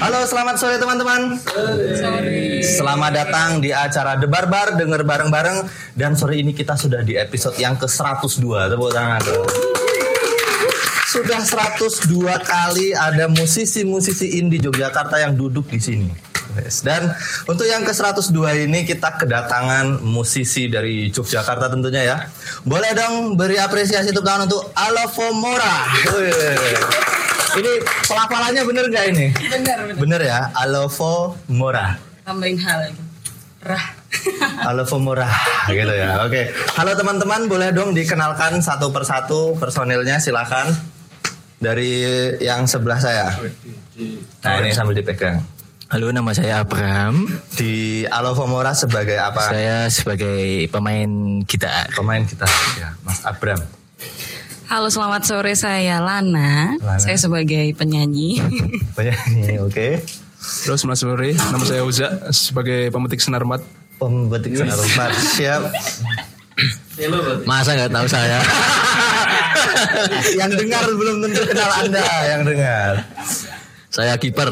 Halo, selamat sore teman-teman. Selamat datang di acara Debarbar, denger bareng-bareng. Dan sore ini kita sudah di episode yang ke-102. Tepuk tangan. Sudah 102 kali ada musisi-musisi indie Yogyakarta yang duduk di sini. Dan untuk yang ke-102 ini kita kedatangan musisi dari Yogyakarta tentunya ya. Boleh dong beri apresiasi tepuk tangan untuk Alofomora. Ini pelafalannya bener gak ini? Bener ya, Alofomora. Tambahin hal lagi. Rah. Alofomora gitu ya. Oke. Halo teman-teman, boleh dong dikenalkan satu persatu personilnya, silakan. Dari yang sebelah saya. Nah, ini sambil dipegang. Halo, nama saya Abram. Di Alofomora sebagai apa? Saya sebagai pemain gitar. Pemain gitar ya, Mas Abram. Halo, selamat sore, saya Lana. Saya sebagai penyanyi. Penyanyi, oke. Halo, selamat sore. Nama saya Uza sebagai pemetik senar mat. Pemetik senar mat, siap. Masa nggak tahu saya? Yang dengar belum tentu kenal Anda yang dengar. Saya kiper.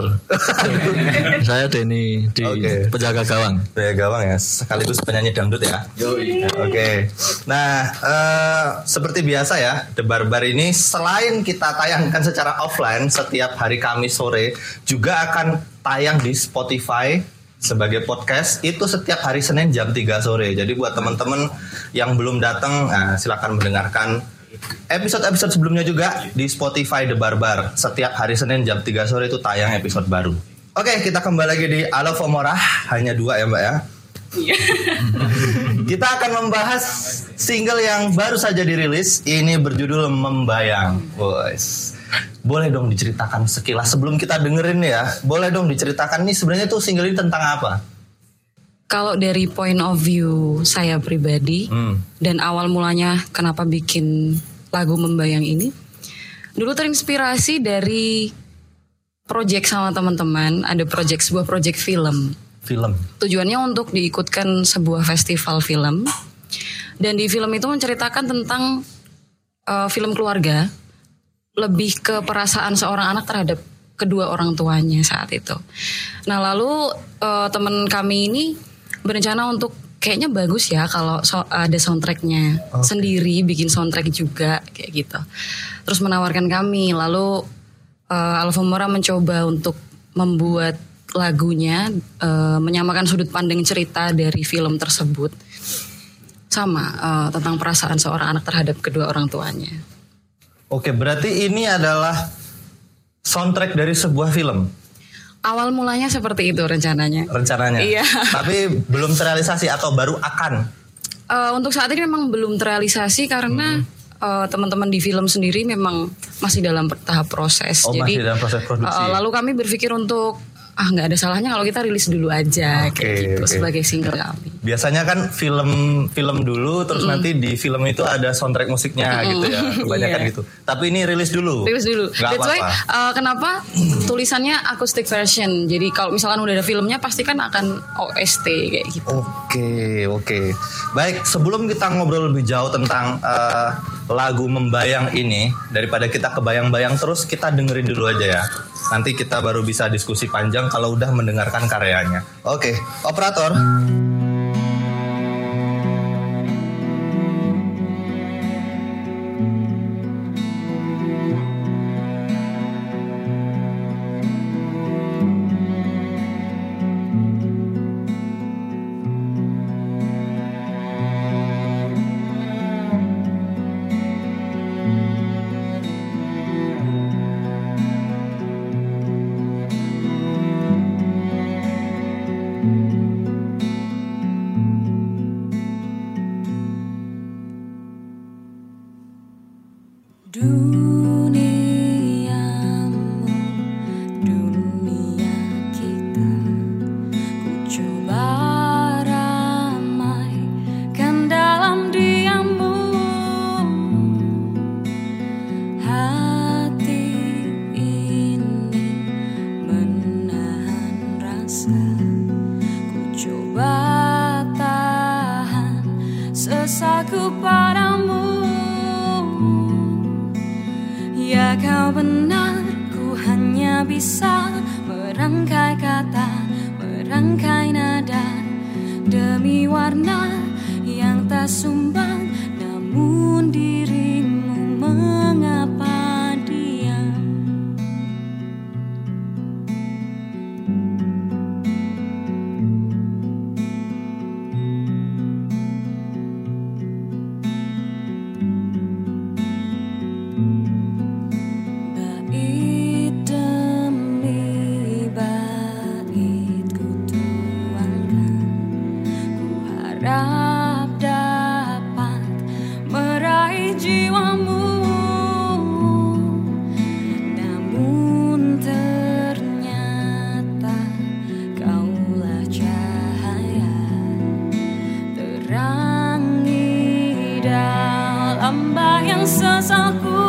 Saya Denny di penjaga gawang. Penjaga gawang ya, sekaligus penyanyi dangdut ya. Oke. Nah, seperti biasa ya, Debarbar ini selain kita tayangkan secara offline setiap hari Kamis sore, juga akan tayang di Spotify sebagai podcast itu setiap hari Senin jam 3 sore. Jadi buat teman-teman yang belum datang, silakan mendengarkan episode-episode sebelumnya juga di Spotify Debarbar. Setiap hari Senin jam 3 sore itu tayang episode baru. Oke, kita kembali lagi di Alofomora. Hanya 2 ya Mbak ya. Iya. Kita akan membahas single yang baru saja dirilis. Ini berjudul Membayang. Boys, boleh dong diceritakan sekilas sebelum kita dengerin ya. Boleh dong diceritakan nih sebenarnya tuh single ini tentang apa? Kalau dari point of view saya pribadi dan awal mulanya kenapa bikin lagu Membayang ini, dulu terinspirasi dari project sama teman-teman. Ada sebuah project film. Tujuannya untuk diikutkan sebuah festival film. Dan di film itu menceritakan tentang film keluarga, lebih ke perasaan seorang anak terhadap kedua orang tuanya saat itu. Nah, lalu teman kami ini berencana untuk kayaknya bagus ya kalau ada soundtracknya sendiri, bikin soundtrack juga kayak gitu. Terus menawarkan kami, lalu Alofomora mencoba untuk membuat lagunya menyamakan sudut pandang cerita dari film tersebut sama tentang perasaan seorang anak terhadap kedua orang tuanya. Oke, berarti ini adalah soundtrack dari sebuah film. Awal mulanya seperti itu rencananya. Iya. Tapi belum terrealisasi atau baru akan? Untuk saat ini memang belum terrealisasi karena teman-teman di film sendiri memang masih dalam tahap proses. Jadi masih dalam proses produksi. Lalu kami berpikir untuk nggak ada salahnya kalau kita rilis dulu aja kayak gitu sebagai single kami. Biasanya kan film dulu terus nanti di film itu ada soundtrack musiknya gitu ya. Kebanyakan gitu. Tapi ini rilis dulu. That's why kenapa tulisannya acoustic version. Jadi kalau misalkan udah ada filmnya pasti kan akan OST kayak gitu. Oke. Baik, sebelum kita ngobrol lebih jauh tentang lagu Membayang ini, daripada kita kebayang-bayang terus, kita dengerin dulu aja ya. Nanti kita baru bisa diskusi panjang kalau udah mendengarkan karyanya. Oke, operator. sesaku padamu. Ya kau benar, ku hanya bisa merangkai kata, merangkai nada, demi warna yang tak sumbang. Namun dirimu mengapa diam? Bait demi bait ku tuangkan, ku harap dapat meraih jiwamu. Namun ternyata kaulah cahaya terangi dalam bayang sesalku.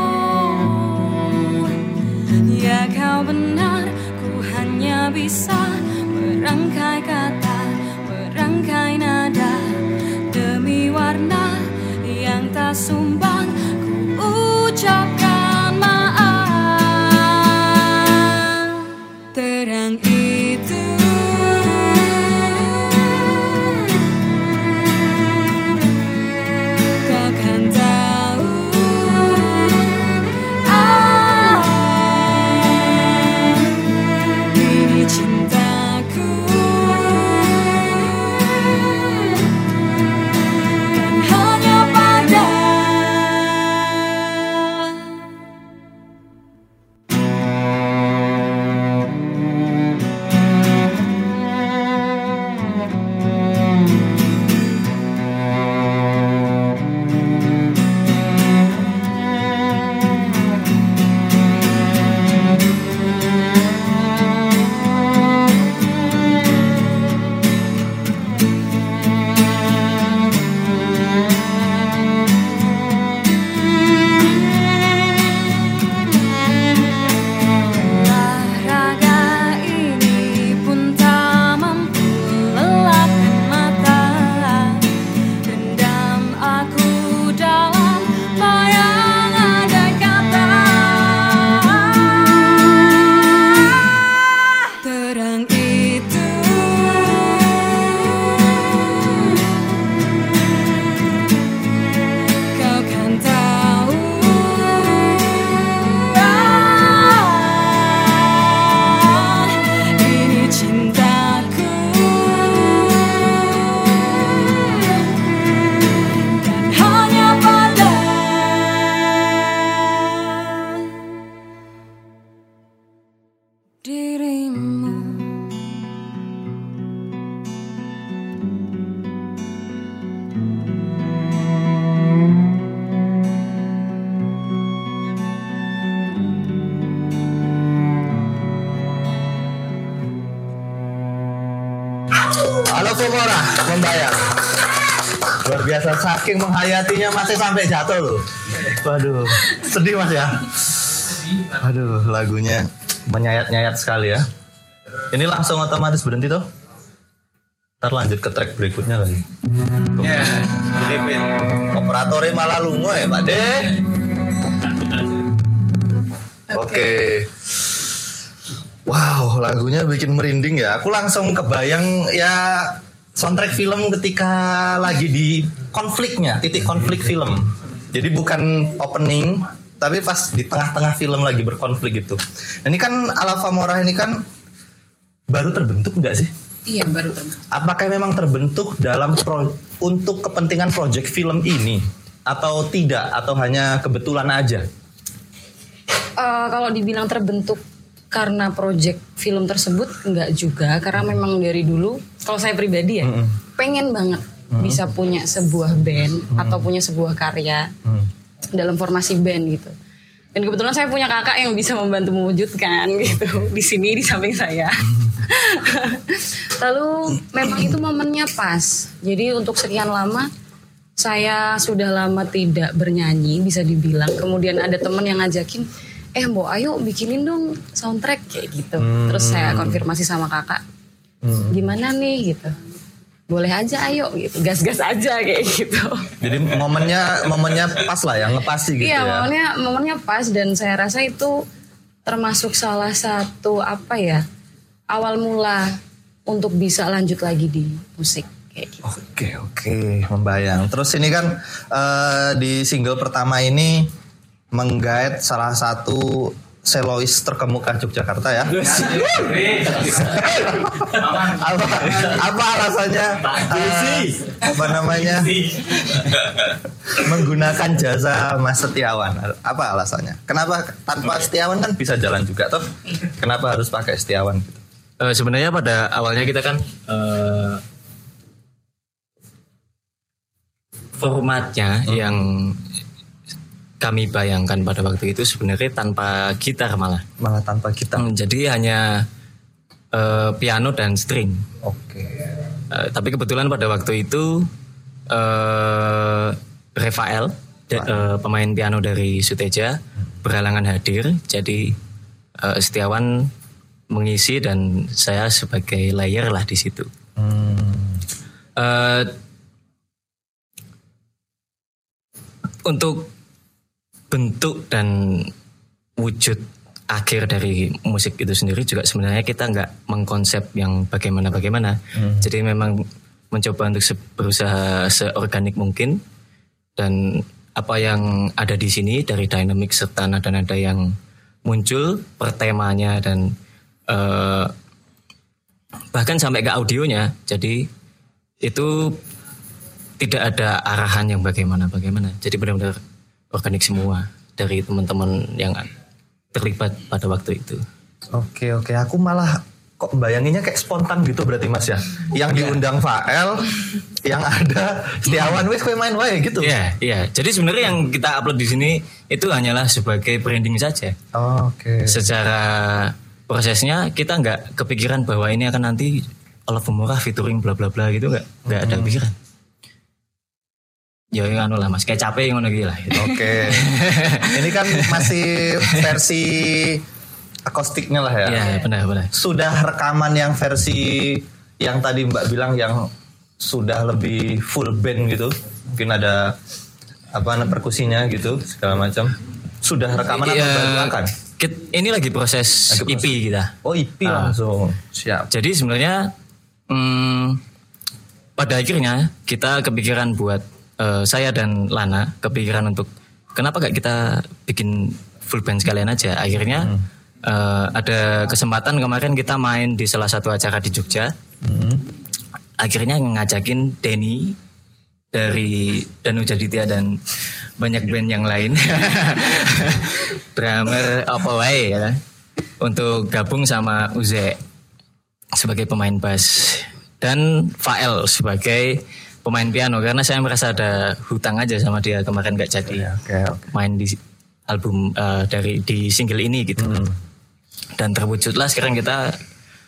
Ya kau benar, ku hanya bisa merangkai kata, merangkai nada, demi warna yang tak sumbang. Ku ucapkan maaf. Terang itu kau kan tahu, ini cintaku kan hanya pada. Olahraga ini pun tak mampu lelapkan mata, rendam aku dalam bayang ada kata. Terang itu kau kan tahu, ini cintaku dan hanya pada dirimu. Halo Komora, membayang. Luar biasa, saking menghayatinya masih sampai jatuh loh. Waduh, sedih mas ya. Aduh, lagunya menyayat-nyayat sekali ya. Ini langsung otomatis berhenti tuh. Ntar lanjut ke track berikutnya lagi. Ya, Filipin. Operatornya malah lungo ya Pak De. Oke. Wow, lagunya bikin merinding ya. Aku langsung kebayang ya soundtrack film ketika lagi di konfliknya, titik konflik film. Jadi bukan opening, tapi pas di tengah-tengah film lagi berkonflik gitu. Ini kan Alpha Mora ini kan baru terbentuk nggak sih? Iya, baru terbentuk. Apakah memang terbentuk dalam untuk kepentingan project film ini atau tidak, atau hanya kebetulan aja? Kalau dibilang terbentuk karena project film tersebut, enggak juga, karena memang dari dulu kalau saya pribadi ya pengen banget bisa punya sebuah band atau punya sebuah karya dalam formasi band gitu. Dan kebetulan saya punya kakak yang bisa membantu mewujudkan gitu di sini di samping saya. Lalu memang itu momennya pas. Jadi untuk sekian lama saya sudah lama tidak bernyanyi bisa dibilang. Kemudian ada teman yang ngajakin, Mbok ayo bikinin dong soundtrack kayak gitu. Terus saya konfirmasi sama kakak, gimana nih gitu. Boleh aja ayo gitu, gas-gas aja kayak gitu. Jadi momennya pas lah ya, ngepasi gitu iya, ya. momennya pas dan saya rasa itu termasuk salah satu apa ya, awal mula untuk bisa lanjut lagi di musik kayak gitu. Oke, membayang. Terus ini kan di single pertama ini menggait salah satu selois terkemuka Yogyakarta ya. apa alasannya? Apa namanya? Menggunakan jasa Mas Setiawan. Apa alasannya? Kenapa tanpa Setiawan kan bisa jalan juga toh? Kenapa harus pakai Setiawan gitu? Sebenarnya pada awalnya kita kan formatnya yang kami bayangkan pada waktu itu sebenarnya tanpa gitar malah tanpa gitar. Jadi hanya piano dan string. Oke. Tapi kebetulan pada waktu itu Rafael pemain piano dari Suteja berhalangan hadir. Jadi Setiawan mengisi dan saya sebagai layer lah di situ. Untuk bentuk dan wujud akhir dari musik itu sendiri juga sebenarnya kita nggak mengkonsep yang bagaimana. Jadi memang mencoba untuk berusaha seorganik mungkin, dan apa yang ada di sini dari dynamic serta nada-nada yang muncul per temanya dan bahkan sampai ke audionya. Jadi itu tidak ada arahan yang bagaimana. Jadi benar-benar organik semua dari teman-teman yang terlibat pada waktu itu. Oke, aku malah kok bayanginnya kayak spontan gitu berarti Mas ya. Yang diundang Fael, yang ada Setiawan wis kowe main wae gitu. Iya. Jadi sebenarnya yang kita upload di sini itu hanyalah sebagai branding saja. Oke. Secara prosesnya kita nggak kepikiran bahwa ini akan nanti album murah featuring bla bla bla gitu, nggak ada pikiran. Ya anu lah Mas, kayak capek ngono iki lah. Oke. Ini kan masih versi akustiknya lah ya. Iya, benar. Sudah rekaman yang versi yang tadi Mbak bilang yang sudah lebih full band gitu. Mungkin ada perkusinya gitu segala macam. Sudah rekaman atau baru akan? Ini lagi proses EP kita. Oh, EP langsung. Siap. Jadi sebenarnya pada akhirnya kita kepikiran buat saya dan Lana kepikiran untuk kenapa gak kita bikin full band sekalian aja. Akhirnya ada kesempatan kemarin kita main di salah satu acara di Jogja. Akhirnya ngajakin Denny dari Danu Jaditya dan banyak band yang lain. Drummer apa wae ya, untuk gabung sama Uze sebagai pemain bass dan Fael sebagai pemain piano, karena saya merasa ada hutang aja sama dia kemarin gak jadi main di album di single ini gitu. Dan terwujudlah sekarang kita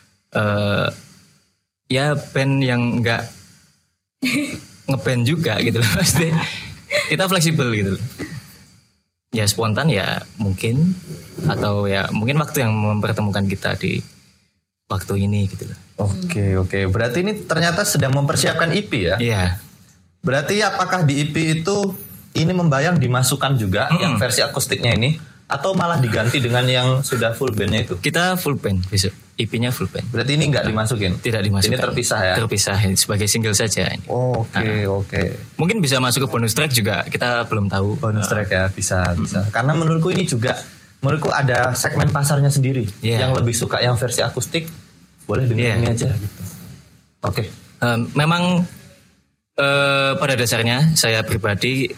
ya band yang nggak ngeband juga gitu loh, pasti kita fleksibel gitu loh. Ya spontan ya mungkin, atau ya mungkin waktu yang mempertemukan kita di waktu ini gitu loh. Oke. Berarti ini ternyata sedang mempersiapkan EP ya? Iya. Berarti apakah di EP itu ini membayang dimasukkan juga yang versi akustiknya ini, atau malah diganti dengan yang sudah full bandnya itu? Kita full band besok. EP-nya full band. Berarti ini nggak dimasukin? Tidak dimasukkan. Ini terpisah ya? Terpisah sebagai single saja. Oke. Mungkin bisa masuk ke bonus track juga, kita belum tahu. Bonus track ya, bisa. Karena menurutku ini juga, menurutku ada segmen pasarnya sendiri. Yang lebih suka yang versi akustik, boleh dengerin ini aja gitu. Oke. Memang pada dasarnya saya pribadi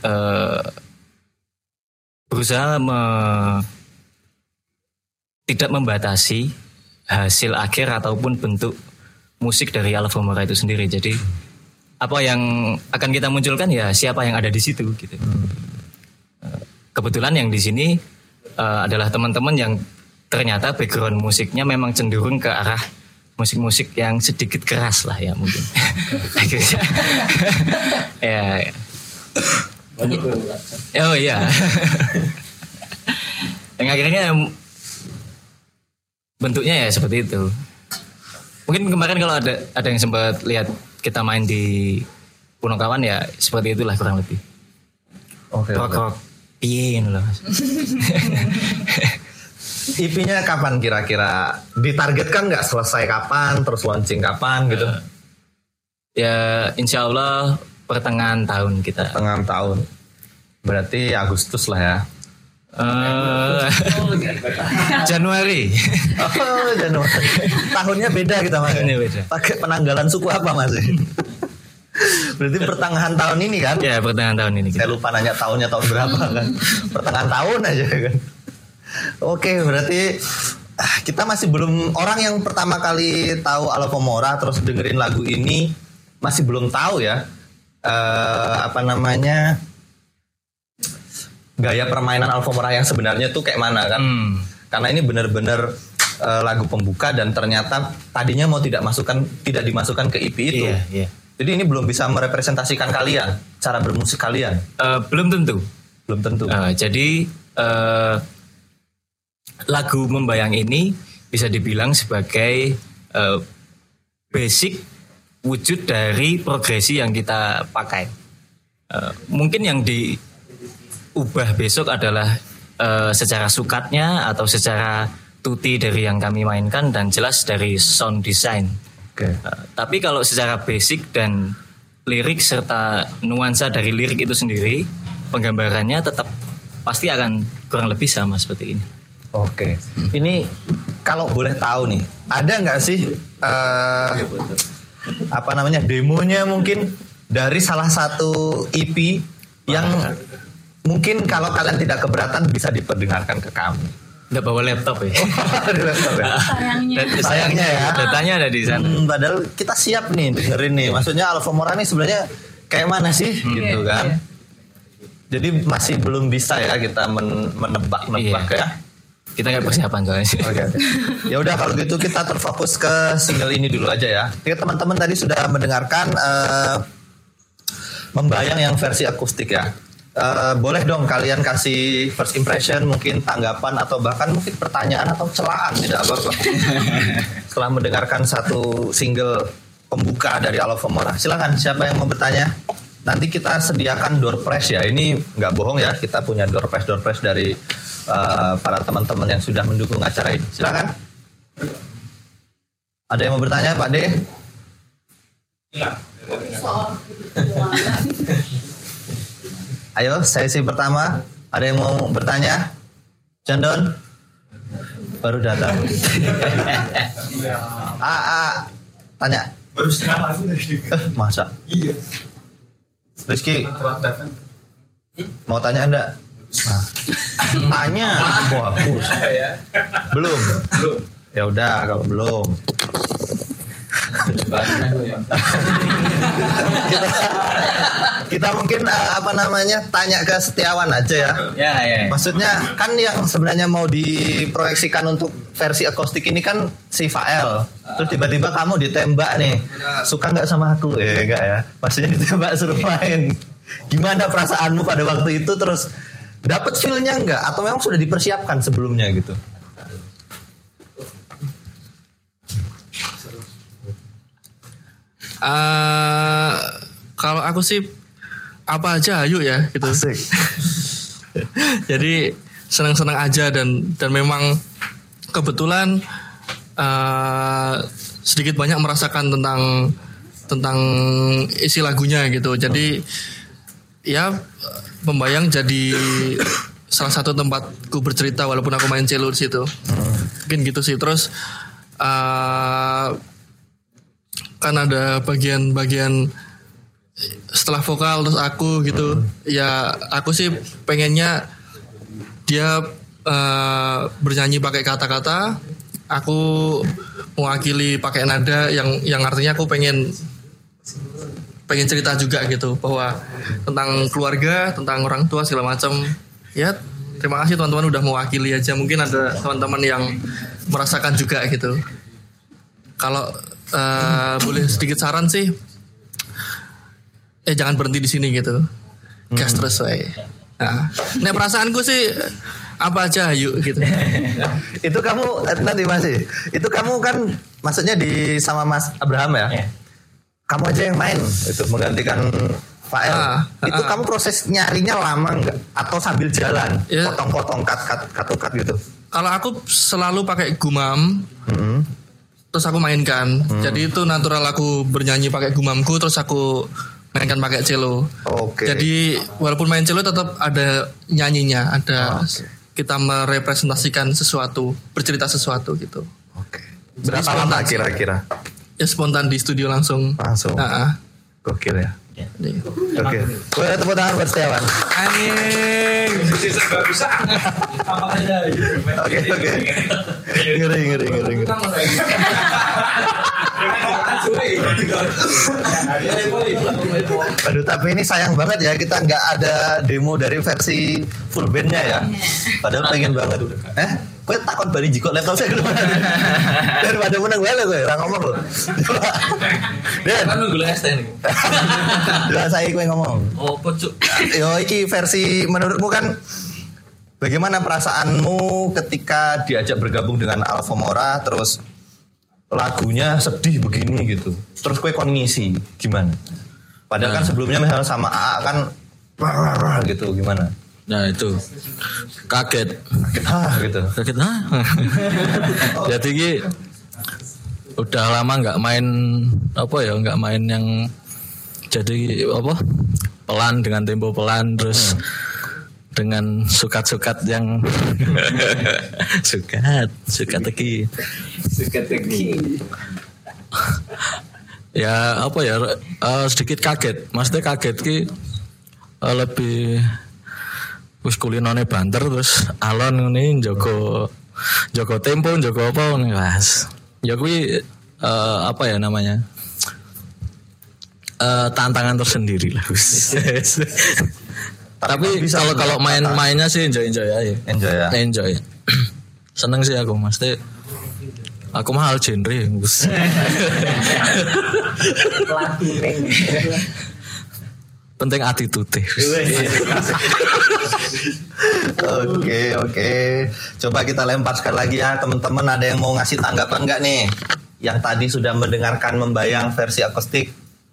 berusaha tidak membatasi hasil akhir ataupun bentuk musik dari Alfamora itu sendiri. Jadi apa yang akan kita munculkan ya siapa yang ada di situ gitu. Kebetulan yang di sini adalah teman-teman yang ternyata background musiknya memang cenderung ke arah musik-musik yang sedikit keras lah ya mungkin. Ya. Oh iya. Yang akhirnya bentuknya ya seperti itu. Mungkin kemarin kalau ada yang sempat lihat kita main di Punokawan ya seperti itulah kurang lebih. Oke. Rock piye gitu loh. EP-nya kapan kira-kira? Ditargetkan nggak selesai kapan? Terus launching kapan gitu? Ya insya Allah pertengahan tahun kita. Tengah tahun. Berarti Agustus lah ya. Januari. Oh, Januari. Tahunnya beda kita Mas. Tahunnya beda. Pakai penanggalan suku apa Mas? Berarti pertengahan tahun ini kan? Ya pertengahan tahun ini. Saya lupa nanya tahunnya tahun berapa kan. Pertengahan tahun aja kan. Oke, berarti kita masih belum, orang yang pertama kali tahu Alfamora terus dengerin lagu ini masih belum tahu ya gaya permainan Alfamora yang sebenarnya tuh kayak mana kan. Karena ini benar-benar lagu pembuka dan ternyata tadinya mau tidak dimasukkan ke EP itu. Iya. Jadi ini belum bisa merepresentasikan kalian, cara bermusik kalian. Belum tentu. Jadi lagu Membayang ini bisa dibilang sebagai basic wujud dari progresi yang kita pakai. Mungkin yang diubah besok adalah secara sukatnya atau secara tutti dari yang kami mainkan dan jelas dari sound design. Tapi kalau secara basic dan lirik serta nuansa dari lirik itu sendiri, penggambarannya tetap pasti akan kurang lebih sama seperti ini. Oke. Ini kalau boleh tahu nih, ada nggak sih demonya mungkin dari salah satu EP yang mungkin kalau kalian tidak keberatan bisa diperdengarkan ke kami. Nggak bawa laptop ya? Sayangnya ya. Datanya ada di sana. Padahal kita siap nih dengerin nih. Maksudnya Alfamora nih sebenarnya kayak mana sih gitu kan? Jadi masih belum bisa ya kita menebak-nebak ya. Kita nggak persiapan soalnya. Oke. Ya udah kalau gitu kita terfokus ke single ini dulu aja ya. Teman-teman tadi sudah mendengarkan Membayang yang versi akustik ya. Boleh dong kalian kasih first impression, mungkin tanggapan atau bahkan mungkin pertanyaan atau celaan, tidak apa-apa. Setelah mendengarkan satu single pembuka dari Alfamora. Silakan siapa yang mau bertanya. Nanti kita sediakan door prize ya. Ini nggak bohong ya, kita punya door prize dari para teman-teman yang sudah mendukung acara ini. Silakan. Ada yang mau bertanya, Pak De? Iya. Ayo, sesi pertama. Ada yang mau bertanya? Jandon? Baru datang. Tanya. Baru setengah lagu dari Masa? Iya. Rizky, mau tanya enggak? Tanya. Wah, bagus. Belum. Ya udah, kalau belum. kita mungkin tanya ke Setiawan aja ya. Ya. Maksudnya kan yang sebenarnya mau diproyeksikan untuk versi akustik ini kan si Fael. Terus tiba-tiba kamu ditembak nih. Suka nggak sama aku? Enggak ya. Maksudnya ditembak suruh main. Gimana perasaanmu pada waktu itu? Terus dapat feel-nya nggak? Atau memang sudah dipersiapkan sebelumnya gitu? Kalau aku sih apa aja ayo ya gitu. Asik. Jadi senang-senang aja dan memang kebetulan sedikit banyak merasakan tentang isi lagunya gitu. Jadi ya Membayang jadi salah satu tempatku bercerita walaupun aku main cello di situ. Mungkin gitu sih. Terus kan ada bagian-bagian setelah vokal terus aku gitu. Ya aku sih pengennya dia bernyanyi pakai kata-kata, aku mewakili pakai nada yang artinya aku pengen cerita juga gitu bahwa tentang keluarga, tentang orang tua segala macam. Ya terima kasih teman-teman udah mewakili aja. Mungkin ada teman-teman yang merasakan juga gitu. Kalau boleh sedikit saran sih, jangan berhenti di sini gitu. Gas terus wae. Nah, perasaanku sih apa aja yuk gitu. Itu kamu nanti masih. Itu kamu kan maksudnya sama Mas Abraham ya? Yeah. Kamu aja yang main itu menggantikan Fael. Itu kamu proses nyarinya lama nggak? Atau sambil jalan? Yeah. Potong-potong cut gitu? Kalau aku selalu pakai gumam, terus aku mainkan. Jadi itu natural aku bernyanyi pakai gumamku, terus aku mainkan pakai cello. Oke. Jadi walaupun main cello tetap ada nyanyinya, ada kita merepresentasikan sesuatu, bercerita sesuatu gitu. Oke. Berapa lama kira-kira? Ya spontan di studio langsung. Langsung. Gokil ya. Oke. Boleh tepuk tangan buat Setiawan. Anjing. Oke. Ngeri. Aduh, tapi ini sayang banget ya kita nggak ada demo dari versi full bandnya ya. Padahal pengen banget. Kowe takon bari jikok laptop saya dulu. Daripada menang wae kowe, ora ngomong lho. Dan Kan nunggu ST nih. lah saya kowe ngomong. Oh, pocuk. Yo iki versi menurutmu kan bagaimana perasaanmu ketika diajak bergabung dengan Alfamora terus lagunya sedih begini gitu. Terus kowe kon ngisi gimana? Padahal kan sebelumnya misalnya sama AA kan gitu gimana? Nah itu kaget Gitu. Jadi ki udah lama nggak main nggak main yang jadi pelan dengan tempo pelan terus dengan sukat yang sukat lagi ya sedikit kaget, maksudnya kaget ki lebih wis kulinone banter terus alon ngene njogo tempo njogo apa ngene Mas. Ya kuwi tantangan tersendiri lah. Tapi kalau mainnya sih enjoy aja. Enjoy. Seneng sih aku Mas. Aku mahal genre. Penting attitude. Oke. Coba kita lempar sekali lagi ya teman-teman, ada yang mau ngasih tanggapan nggak nih? Yang tadi sudah mendengarkan Membayang versi akustik.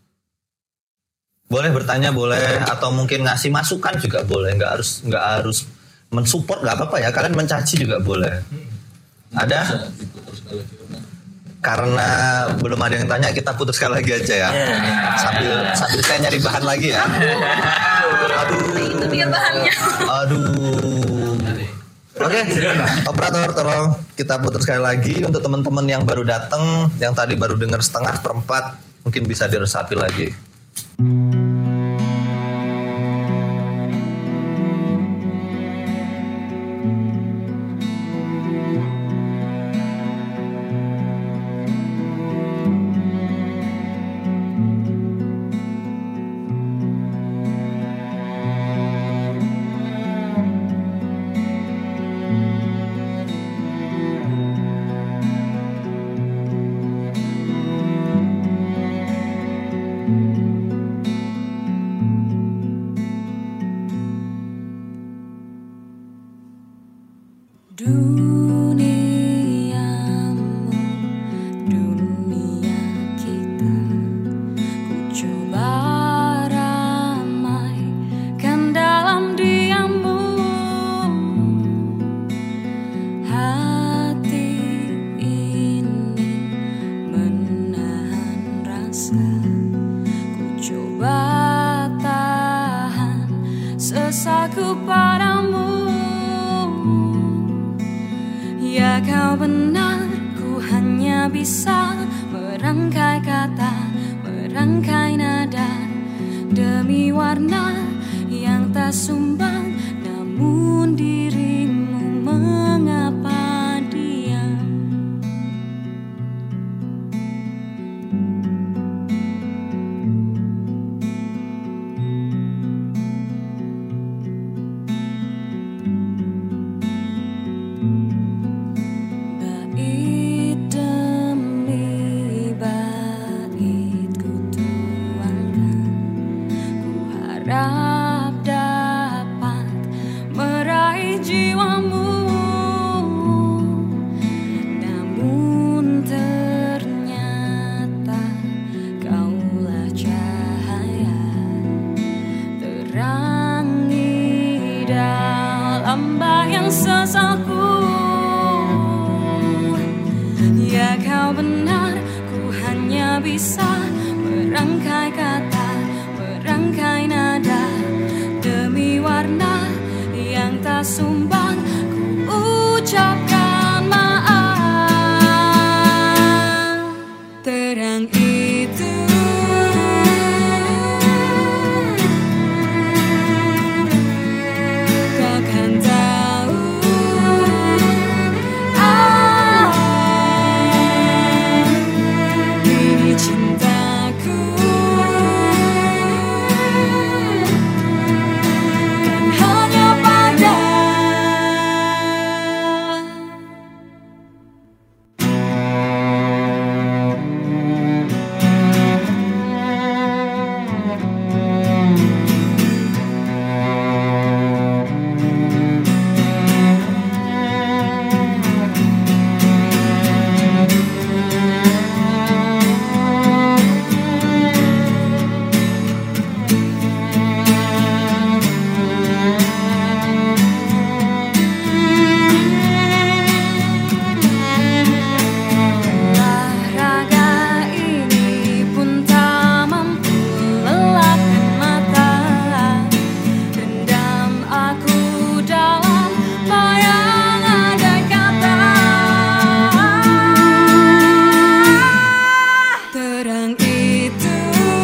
Boleh bertanya boleh, atau mungkin ngasih masukan juga boleh. Nggak harus mensupport, nggak apa-apa ya. Kalian mencaci juga boleh. Ada? Karena belum ada yang tanya, kita putuskan lagi aja ya. Sambil saya nyari bahan lagi ya. Itu dia bahannya. Oke, operator tolong kita putuskan lagi untuk teman-teman yang baru datang, yang tadi baru dengar setengah perempat, mungkin bisa diresapi lagi. Dunia kita, ku coba ramaikan dalam diammu. Hati ini menahan rasa, ku coba tahan sesaku padamu. Ya kau benar, ku hanya bisa merangkai kata, merangkai nada demi warna yang tak sumbang. Namun dirimu mengapa diam? Bait demi bait ku tuangkan, ku harap dapat Ya kau benar, ku hanya bisa merangkai kata, merangkai nada demi warna yang tak sumbang. Ku ucapkan maaf. Terang itu kau kan tahu, ini cintaku kan hanya pada olahraga ini pun tak mampu lelapkan mata. Rendam aku dalam bayang ada kata. Terang itu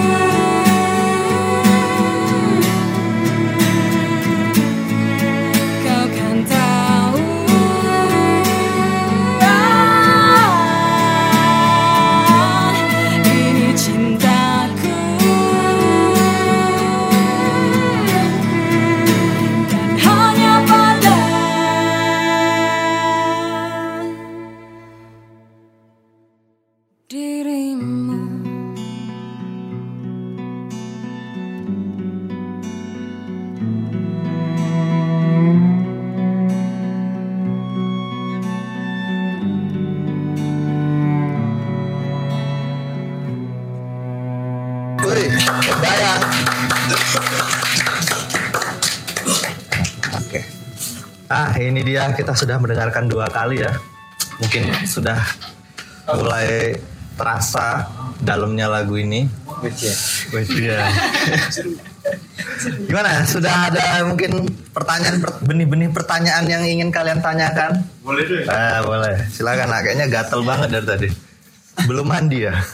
kau kan tahu, ini cintaku kan hanya pada dirimu. Wih, bayang. Oke. Ini dia, kita sudah mendengarkan 2 kali ya. Mungkin sudah mulai terasa dalamnya lagu ini. Wih, ya. Gimana? Sudah ada mungkin benih-benih pertanyaan yang ingin kalian tanyakan? Boleh deh. Boleh. Silakan. Kayaknya gatel banget dari tadi. Belum mandi ya?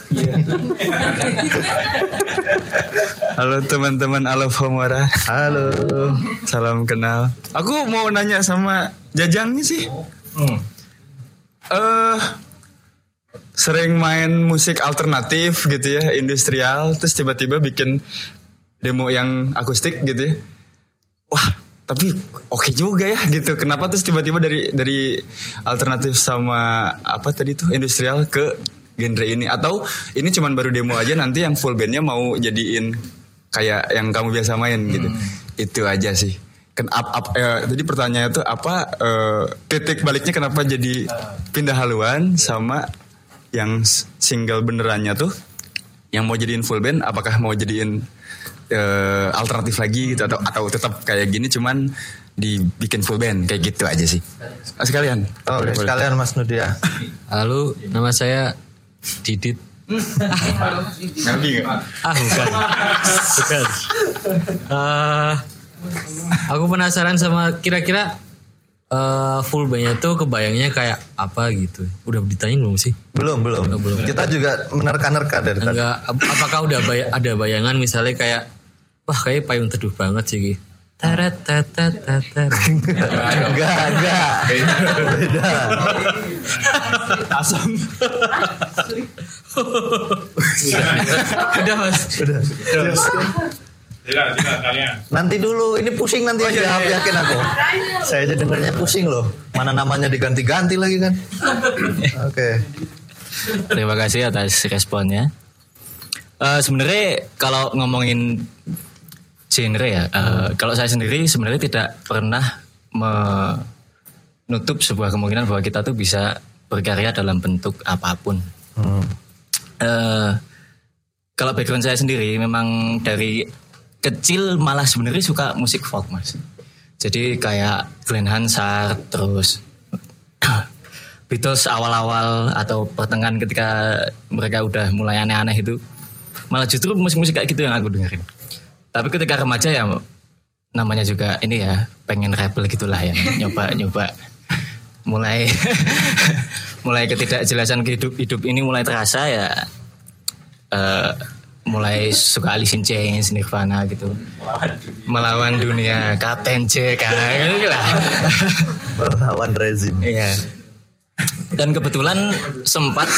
Halo teman-teman Alfamora. Halo. Salam kenal. Aku mau nanya sama Jajang nih sih. Sering main musik alternatif gitu ya, industrial, terus tiba-tiba bikin demo yang akustik gitu ya. Wah, tapi oke juga ya gitu. Kenapa terus tiba-tiba dari alternatif sama apa tadi tuh industrial ke genre ini? Atau ini cuman baru demo aja, nanti yang full bandnya mau jadiin kayak yang kamu biasa main gitu? Itu aja sih. Jadi pertanyaannya tuh apa titik baliknya kenapa jadi pindah haluan sama yang single benerannya tuh yang mau jadiin full band, apakah mau jadiin alternatif lagi gitu atau tetap kayak gini cuman dibikin full band kayak gitu aja sih. Sekalian. Oh, sekalian Mas Nudia. Halo, nama saya Didit. Ngerti gak? Bukan. Aku penasaran sama kira-kira full bandnya tuh kebayangnya kayak apa gitu. Udah ditanyain belum sih? Belum. Kita juga menerka-nerka dari tadi. Enggak. Apakah udah ada bayangan misalnya kayak wah kayak payung teduh banget sih gitu. Tarat. Enggak. Beda. Asam. Udah Mas. Udah. Tidak kalian. Nanti dulu, ini pusing nanti yang jawab, yakin aku. Saya aja dengarnya pusing loh. Mana namanya diganti-ganti lagi kan. Oke. Terima kasih atas responnya. Sebenarnya kalau ngomongin genre ya, kalau saya sendiri sebenarnya tidak pernah menutup sebuah kemungkinan bahwa kita tuh bisa berkarya dalam bentuk apapun. Kalau background saya sendiri memang dari kecil malah sebenarnya suka musik folk Mas. Jadi kayak Glenn Hansard, terus Beatles awal-awal atau pertengahan ketika mereka udah mulai aneh-aneh itu, malah justru musik-musik kayak gitu yang aku dengerin. Tapi ketika remaja ya namanya juga ini ya pengen rebel gitulah ya, nyoba mulai mulai ketidakjelasan hidup ini mulai terasa ya, mulai suka Alice in Chains, Nirvana gitu, melawan dunia, Kapten Jack gitu lah, Melawan rezim. iya. Dan kebetulan sempat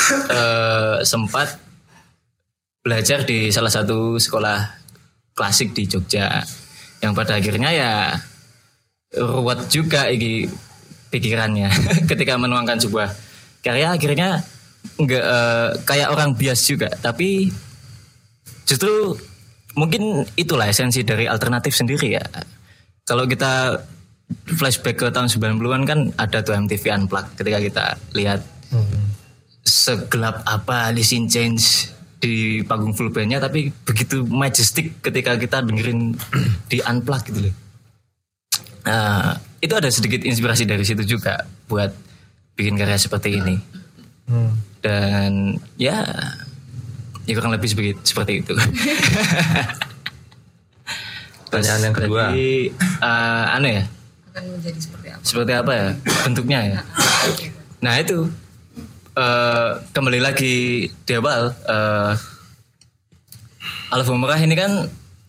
belajar di salah satu sekolah klasik di Jogja, yang pada akhirnya ya ruwet juga iki pikirannya ketika menuangkan sebuah karya, akhirnya nggak kayak orang bias juga, tapi justru mungkin itulah esensi dari alternatif sendiri ya. Kalau kita flashback ke tahun 90-an kan ada tuh MTV Unplugged, ketika kita lihat segelap apa Alice in Chains di panggung full bandnya, tapi begitu majestic ketika kita dengerin di Unplugged gitu loh. Itu ada sedikit inspirasi dari situ juga buat bikin karya seperti ini. Dan ya kurang lebih seperti itu. Pertanyaan yang kedua. Jadi, aneh ya? Akan menjadi seperti apa? Seperti apa ya bentuknya ya? Nah itu kembali lagi di awal, album Merah ini kan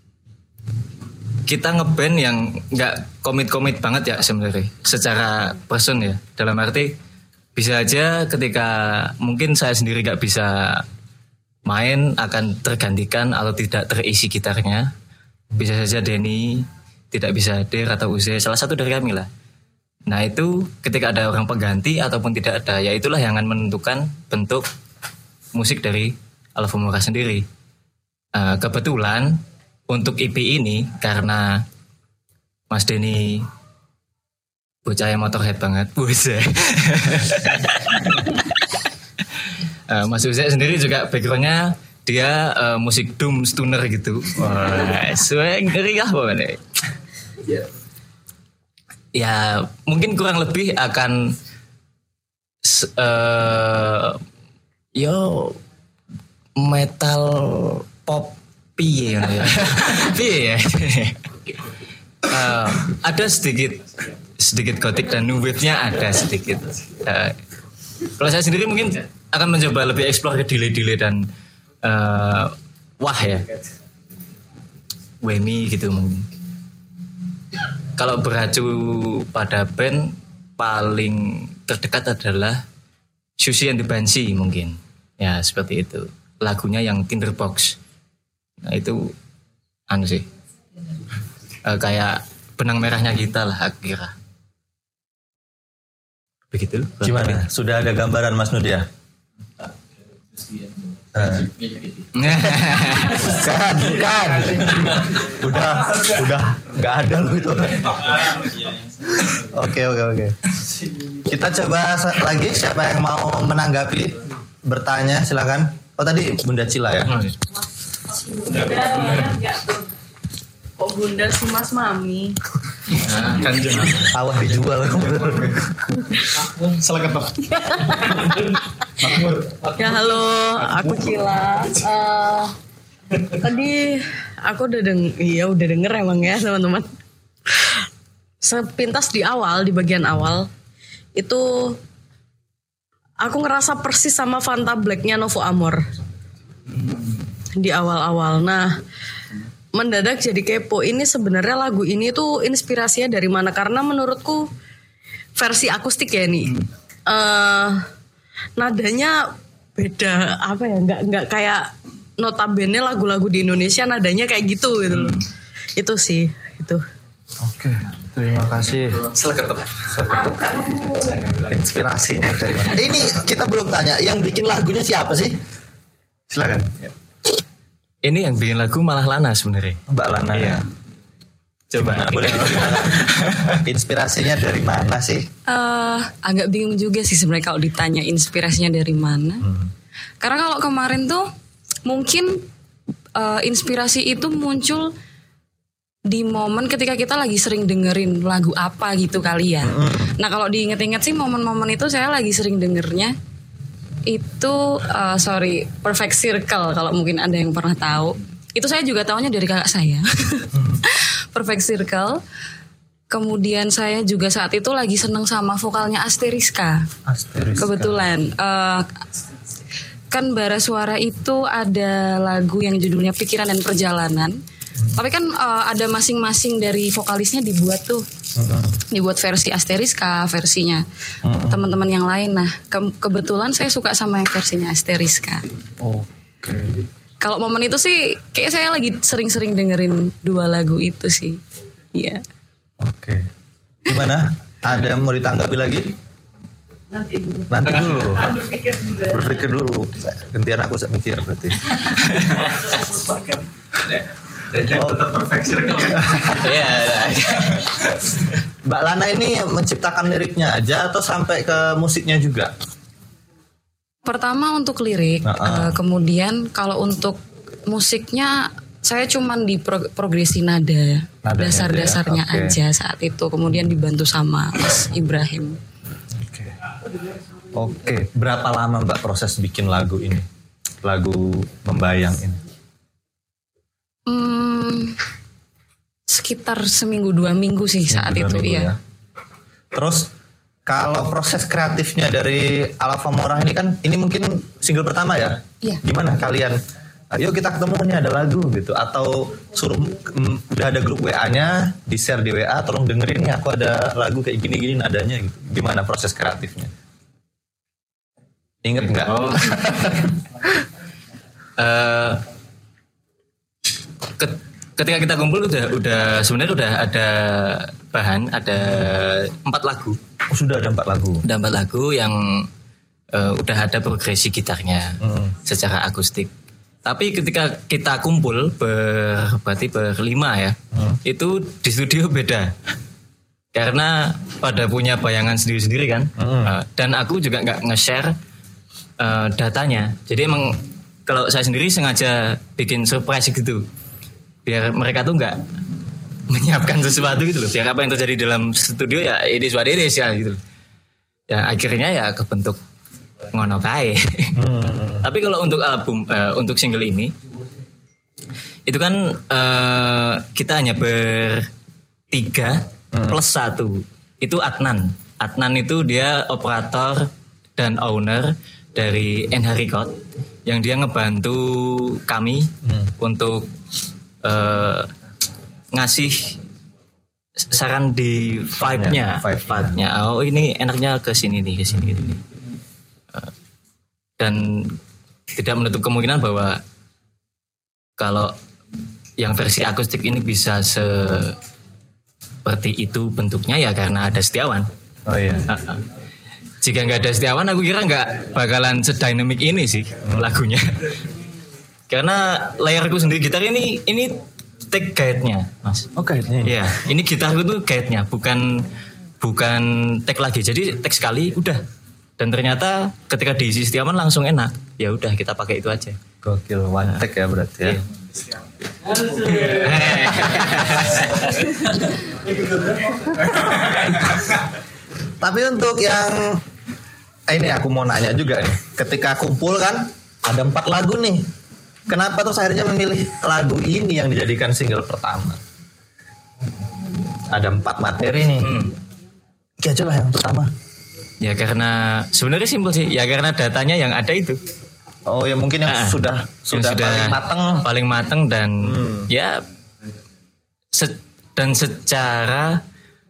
kita ngeband yang nggak komit banget ya sebenarnya secara person ya, dalam arti bisa aja ketika mungkin saya sendiri nggak bisa main akan tergantikan atau tidak terisi gitarnya, bisa saja Denny tidak bisa hadir atau Uze, salah satu dari kami lah. Nah itu ketika ada orang pengganti ataupun tidak ada, ya itulah yang akan menentukan bentuk musik dari album Merah sendiri. Kebetulan untuk EP ini karena Mas Denny bocah yang motorhead banget, Uze. Mas Uze sendiri juga backgroundnya dia musik doom stoner gitu. Wah, ngeri lah pokoknya. Ya mungkin kurang lebih akan metal pop piye ya. Piye ya. Ada sedikit gotik dan new wave-nya ada sedikit. Kalau saya sendiri mungkin akan mencoba lebih explore ke delay dan wah ya, Wemi gitu mungkin. Kalau beracu pada band paling terdekat adalah Susie and the Banshee mungkin. Ya seperti itu. Lagunya yang Tinderbox. Nah itu anu sih. Kayak benang merahnya kita lah akhirnya. Begitu. Gimana? Sudah ada gambaran Mas Nudia? Bukan. Udah nggak ada loh itu. Oke. Kita coba lagi, siapa yang mau menanggapi, bertanya silakan. Oh tadi Bunda Cila ya. Kok Bunda sih Mas Mami? Kan jangan. Awah dijual. Silakan Pak. Ya halo, aku Cila. Tadi aku udah denger emang ya teman-teman. Sepintas di bagian awal itu aku ngerasa persis sama Fanta Black-nya Novo Amor di awal-awal. Nah, mendadak jadi kepo. Ini sebenarnya lagu ini tuh inspirasinya dari mana? Karena menurutku versi akustik ya nih. Nadanya beda apa ya? Nggak kayak notabene lagu-lagu di Indonesia nadanya kayak gitu loh. Itu sih itu. Oke, terima kasih. Inspirasinya dari mana? Ini kita belum tanya, yang bikin lagunya siapa sih? Silakan. Ini yang bikin lagu malah Lana sebenarnya. Mbak Lana ya. Coba boleh. Inspirasinya dari mana sih? Agak bingung juga sih sebenarnya kalau ditanya inspirasinya dari mana. Karena kalau kemarin tuh mungkin inspirasi itu muncul di momen ketika kita lagi sering dengerin lagu apa gitu kali ya. Nah kalau diinget-inget sih momen-momen itu saya lagi sering dengernya itu Perfect Circle, kalau mungkin ada yang pernah tahu. Itu saya juga tahunya dari kakak saya. Perfect Circle. Kemudian saya juga saat itu lagi seneng sama vokalnya Asteriska. Kebetulan kan Bara Suara itu ada lagu yang judulnya Pikiran dan Perjalanan. Tapi kan ada masing-masing dari vokalisnya dibuat tuh. Dibuat versi Asteriska, versinya teman-teman yang lain. Nah, kebetulan saya suka sama yang versinya Asteriska. Oke. Kalau momen itu sih kayak saya lagi sering-sering dengerin dua lagu itu sih. Iya. Oke. Gimana? Ada yang mau ditanggapi lagi? Nanti dulu. Berpikir dulu. Gantian aku mikir berarti. Iya. Mbak Lana ini menciptakan liriknya aja atau sampai ke musiknya juga? Pertama untuk lirik, kemudian kalau untuk musiknya saya cuman di progresi nada dasar-dasarnya ya? aja saat itu. Kemudian dibantu sama Mas Ibrahim. Oke. Berapa lama Mbak proses bikin lagu ini? Lagu Membayang ini? Sekitar 1-2 minggu sih saat itu ya. Terus kalau proses kreatifnya dari Alfamora ini kan, ini mungkin single pertama ya? Iya. Gimana kalian? Ayo kita ketemu nih ada lagu gitu. Atau suruh udah ada grup WA-nya, di-share di WA, tolong dengerin nih aku ada lagu kayak gini-gini nadanya gitu. Gimana proses kreatifnya? Ingat nggak? Ketika kita kumpul udah sebenarnya udah ada bahan, ada 4 lagu. Oh, sudah ada 4 lagu. Ada 4 lagu yang udah ada progresi gitarnya secara akustik. Tapi ketika kita kumpul berarti berlima ya, itu di studio beda. Karena pada punya bayangan sendiri-sendiri kan. Dan aku juga nggak nge-share datanya. Jadi emang kalau saya sendiri sengaja bikin surprise gitu. Biar mereka tuh nggak menyiapkan sesuatu gitu loh. Biar apa yang terjadi dalam studio ya ini suara ini ya gitu. Ya akhirnya ya kebentuk ngono kae. Tapi kalau untuk album, untuk single ini, itu kan kita hanya bertiga plus 1. Itu Adnan. Adnan itu dia operator dan owner dari NH Record yang dia ngebantu kami untuk ngasih saran di vibe-nya. Oh ini enaknya ke sini nih, ke sini nih. Dan tidak menutup kemungkinan bahwa kalau yang versi akustik ini bisa seperti itu bentuknya ya karena ada Setiawan. Oh iya. Jika nggak ada Setiawan, aku kira nggak bakalan sedinamik ini sih lagunya. Karena layarku sendiri gitar ini take guide-nya, Mas. Oh guide-nya. Iya, ini gitarku tuh guide-nya, bukan take lagi. Jadi take sekali udah. Dan ternyata ketika diisi Setiawan langsung enak. Ya udah kita pakai itu aja. Gokil, one take ya berarti ya. Tapi untuk yang ini aku mau nanya juga nih. Ketika kumpul kan ada 4 lagu nih. Kenapa terus akhirnya memilih lagu ini yang dijadikan single pertama? Ada 4 materi nih. Oke aja lah yang pertama. Ya karena sebenarnya simpel sih. Ya karena datanya yang ada itu. Oh ya mungkin yang sudah paling mateng dan ya dan secara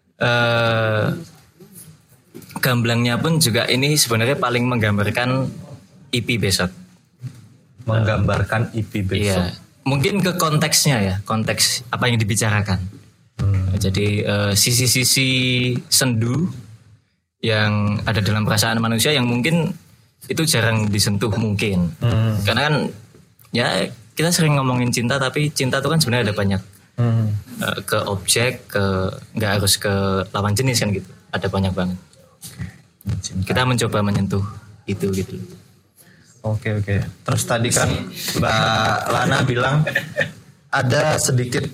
gamblangnya pun juga ini sebenarnya paling menggambarkan EP besok. Menggambarkan EP besok. Iya. Mungkin ke konteksnya ya, konteks apa yang dibicarakan. Jadi sisi-sisi sendu yang ada dalam perasaan manusia yang mungkin itu jarang disentuh mungkin. Karena kan ya kita sering ngomongin cinta, tapi cinta itu kan sebenarnya ada banyak. Ke objek, nggak harus ke lawan jenis kan gitu. Ada banyak banget. Cinta. Kita mencoba menyentuh itu gitu. Oke. Terus tadi kan Mbak Lana bilang ada sedikit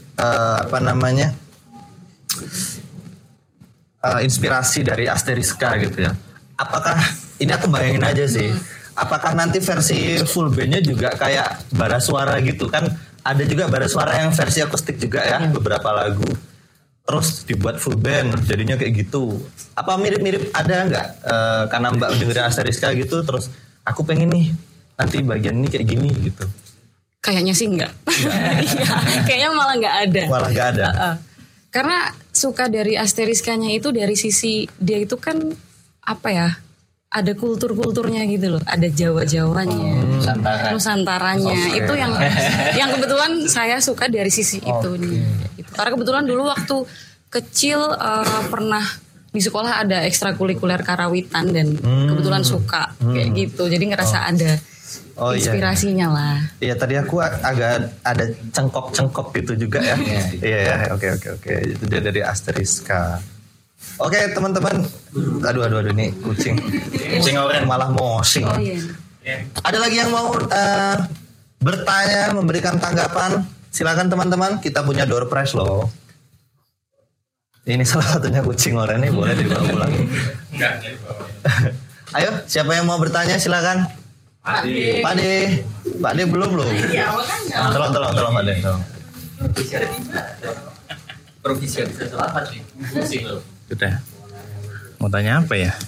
inspirasi dari Asteriska gitu ya. Apakah ini aku bayangin aja sih. Apakah nanti versi full bandnya juga kayak bara suara gitu kan? Ada juga bara suara yang versi akustik juga ya, beberapa lagu. Terus dibuat full band, jadinya kayak gitu. Apa mirip-mirip ada nggak? Karena Mbak dengerin Asteriska gitu, terus aku pengen nih nanti bagian ini kayak gini gitu. Kayaknya sih enggak. Iya, kayaknya malah enggak ada. Malah nggak ada. Karena suka dari Asteriskanya itu dari sisi dia itu kan apa ya? Ada kultur-kulturnya gitu loh, ada Jawa-Jawanya, Nusantaranya. Itu yang kebetulan saya suka dari sisi itu nih. Gitu. Karena kebetulan dulu waktu kecil pernah di sekolah ada ekstrakurikuler karawitan dan kebetulan suka kayak gitu. Jadi ngerasa ada inspirasinya lah. Iya tadi aku agak ada cengkok-cengkok gitu juga ya. Iya, oke. Itu dia dari Asteriska. Oke teman-teman. Aduh ini kucing oranye malah mosing. Ada lagi yang mau bertanya, memberikan tanggapan? Silakan teman-teman. Kita punya door prize loh. Ini salah satunya kucing oranye, boleh dibawa pulang. Ayo, siapa yang mau bertanya silakan. Pak De belum loh. Tolong Pak De. Sudah. Mau tanya apa ya?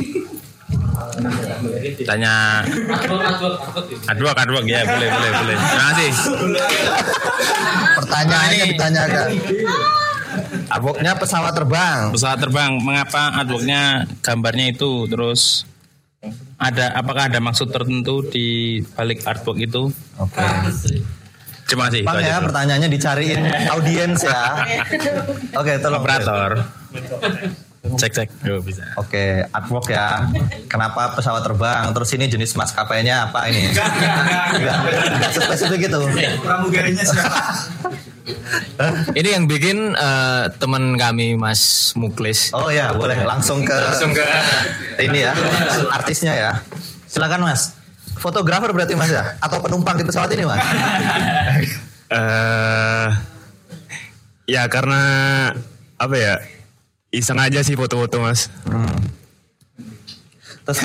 Tanya advok ya, boleh. Terima kasih. Pertanyaannya ditanyakan. Advoknya pesawat terbang. Mengapa advoknya gambarnya itu? Terus apakah ada maksud tertentu di balik artwork itu? Oke. Terima kasih. Bang ya, pertanyaannya dicariin audiens ya. Oke, tolong. Operator. Cek. Bisa. Oke, artwork ya. Kenapa pesawat terbang? Terus ini jenis maskapainya apa ini? Enggak spesifik gitu. Pramugarinya siapa? Ini yang bikin teman kami Mas Muklis. Oh ya, boleh langsung ke ini ya, artisnya ya. Silakan Mas. Fotografer berarti Mas ya? Atau penumpang di pesawat ini Mas? Ya karena apa ya? Iseng aja sih foto-foto Mas. Terus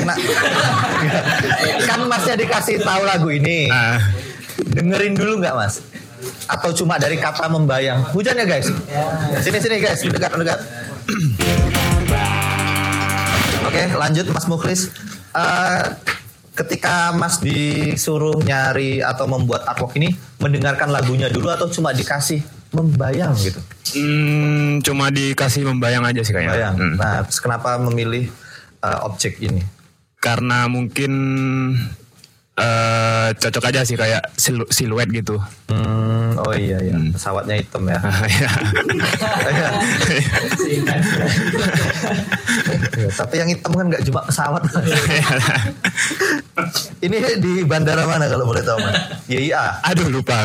kan Masnya dikasih tahu lagu ini. Dengerin dulu nggak Mas? Atau cuma dari kata membayang? Hujan ya guys? Sini guys, dekat. Oke, lanjut Mas Mukhlis. Ketika Mas disuruh nyari atau membuat artwork ini, mendengarkan lagunya dulu atau cuma dikasih membayang gitu? Cuma dikasih membayang aja sih kayaknya. Nah, terus kenapa memilih objek ini? Karena mungkin cocok aja sih kayak siluet gitu. Oh iya. Pesawatnya hitam ya. Tapi yang hitam kan nggak cuma pesawat. Ini di bandara mana kalau boleh tahu Mas? YIA. Aduh lupa.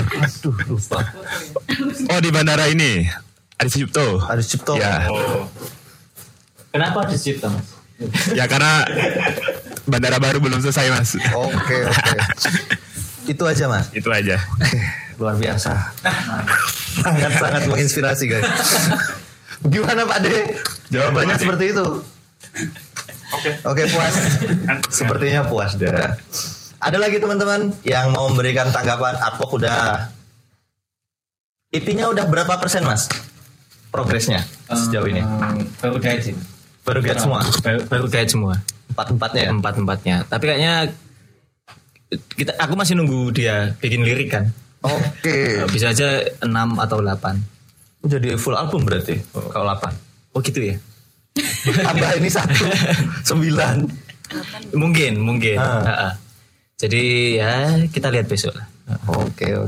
Oh di bandara ini Adi Sucipto. Ya. Kenapa Adi Sucipto Mas? Ya karena bandara baru belum selesai Mas. Oke. Itu aja Mas. Itu aja. Luar biasa. Sangat menginspirasi guys. Gimana Pak De? Jawabannya seperti itu. Oke, puas. Sepertinya puas dah. Ada lagi teman-teman yang mau memberikan tanggapan? Artwork udah. IP-nya udah berapa persen Mas? Progresnya sejauh ini? Baru guide semua? Baru guide semua. Empat-empatnya ya? Empat-empatnya. Tapi kayaknya aku masih nunggu dia bikin lirik kan. Oke. Bisa aja 6 atau 8. Jadi full album berarti kalau 8. Oh gitu ya. Tambah ini 1 9. Mungkin. Jadi ya kita lihat besok lah. Oke.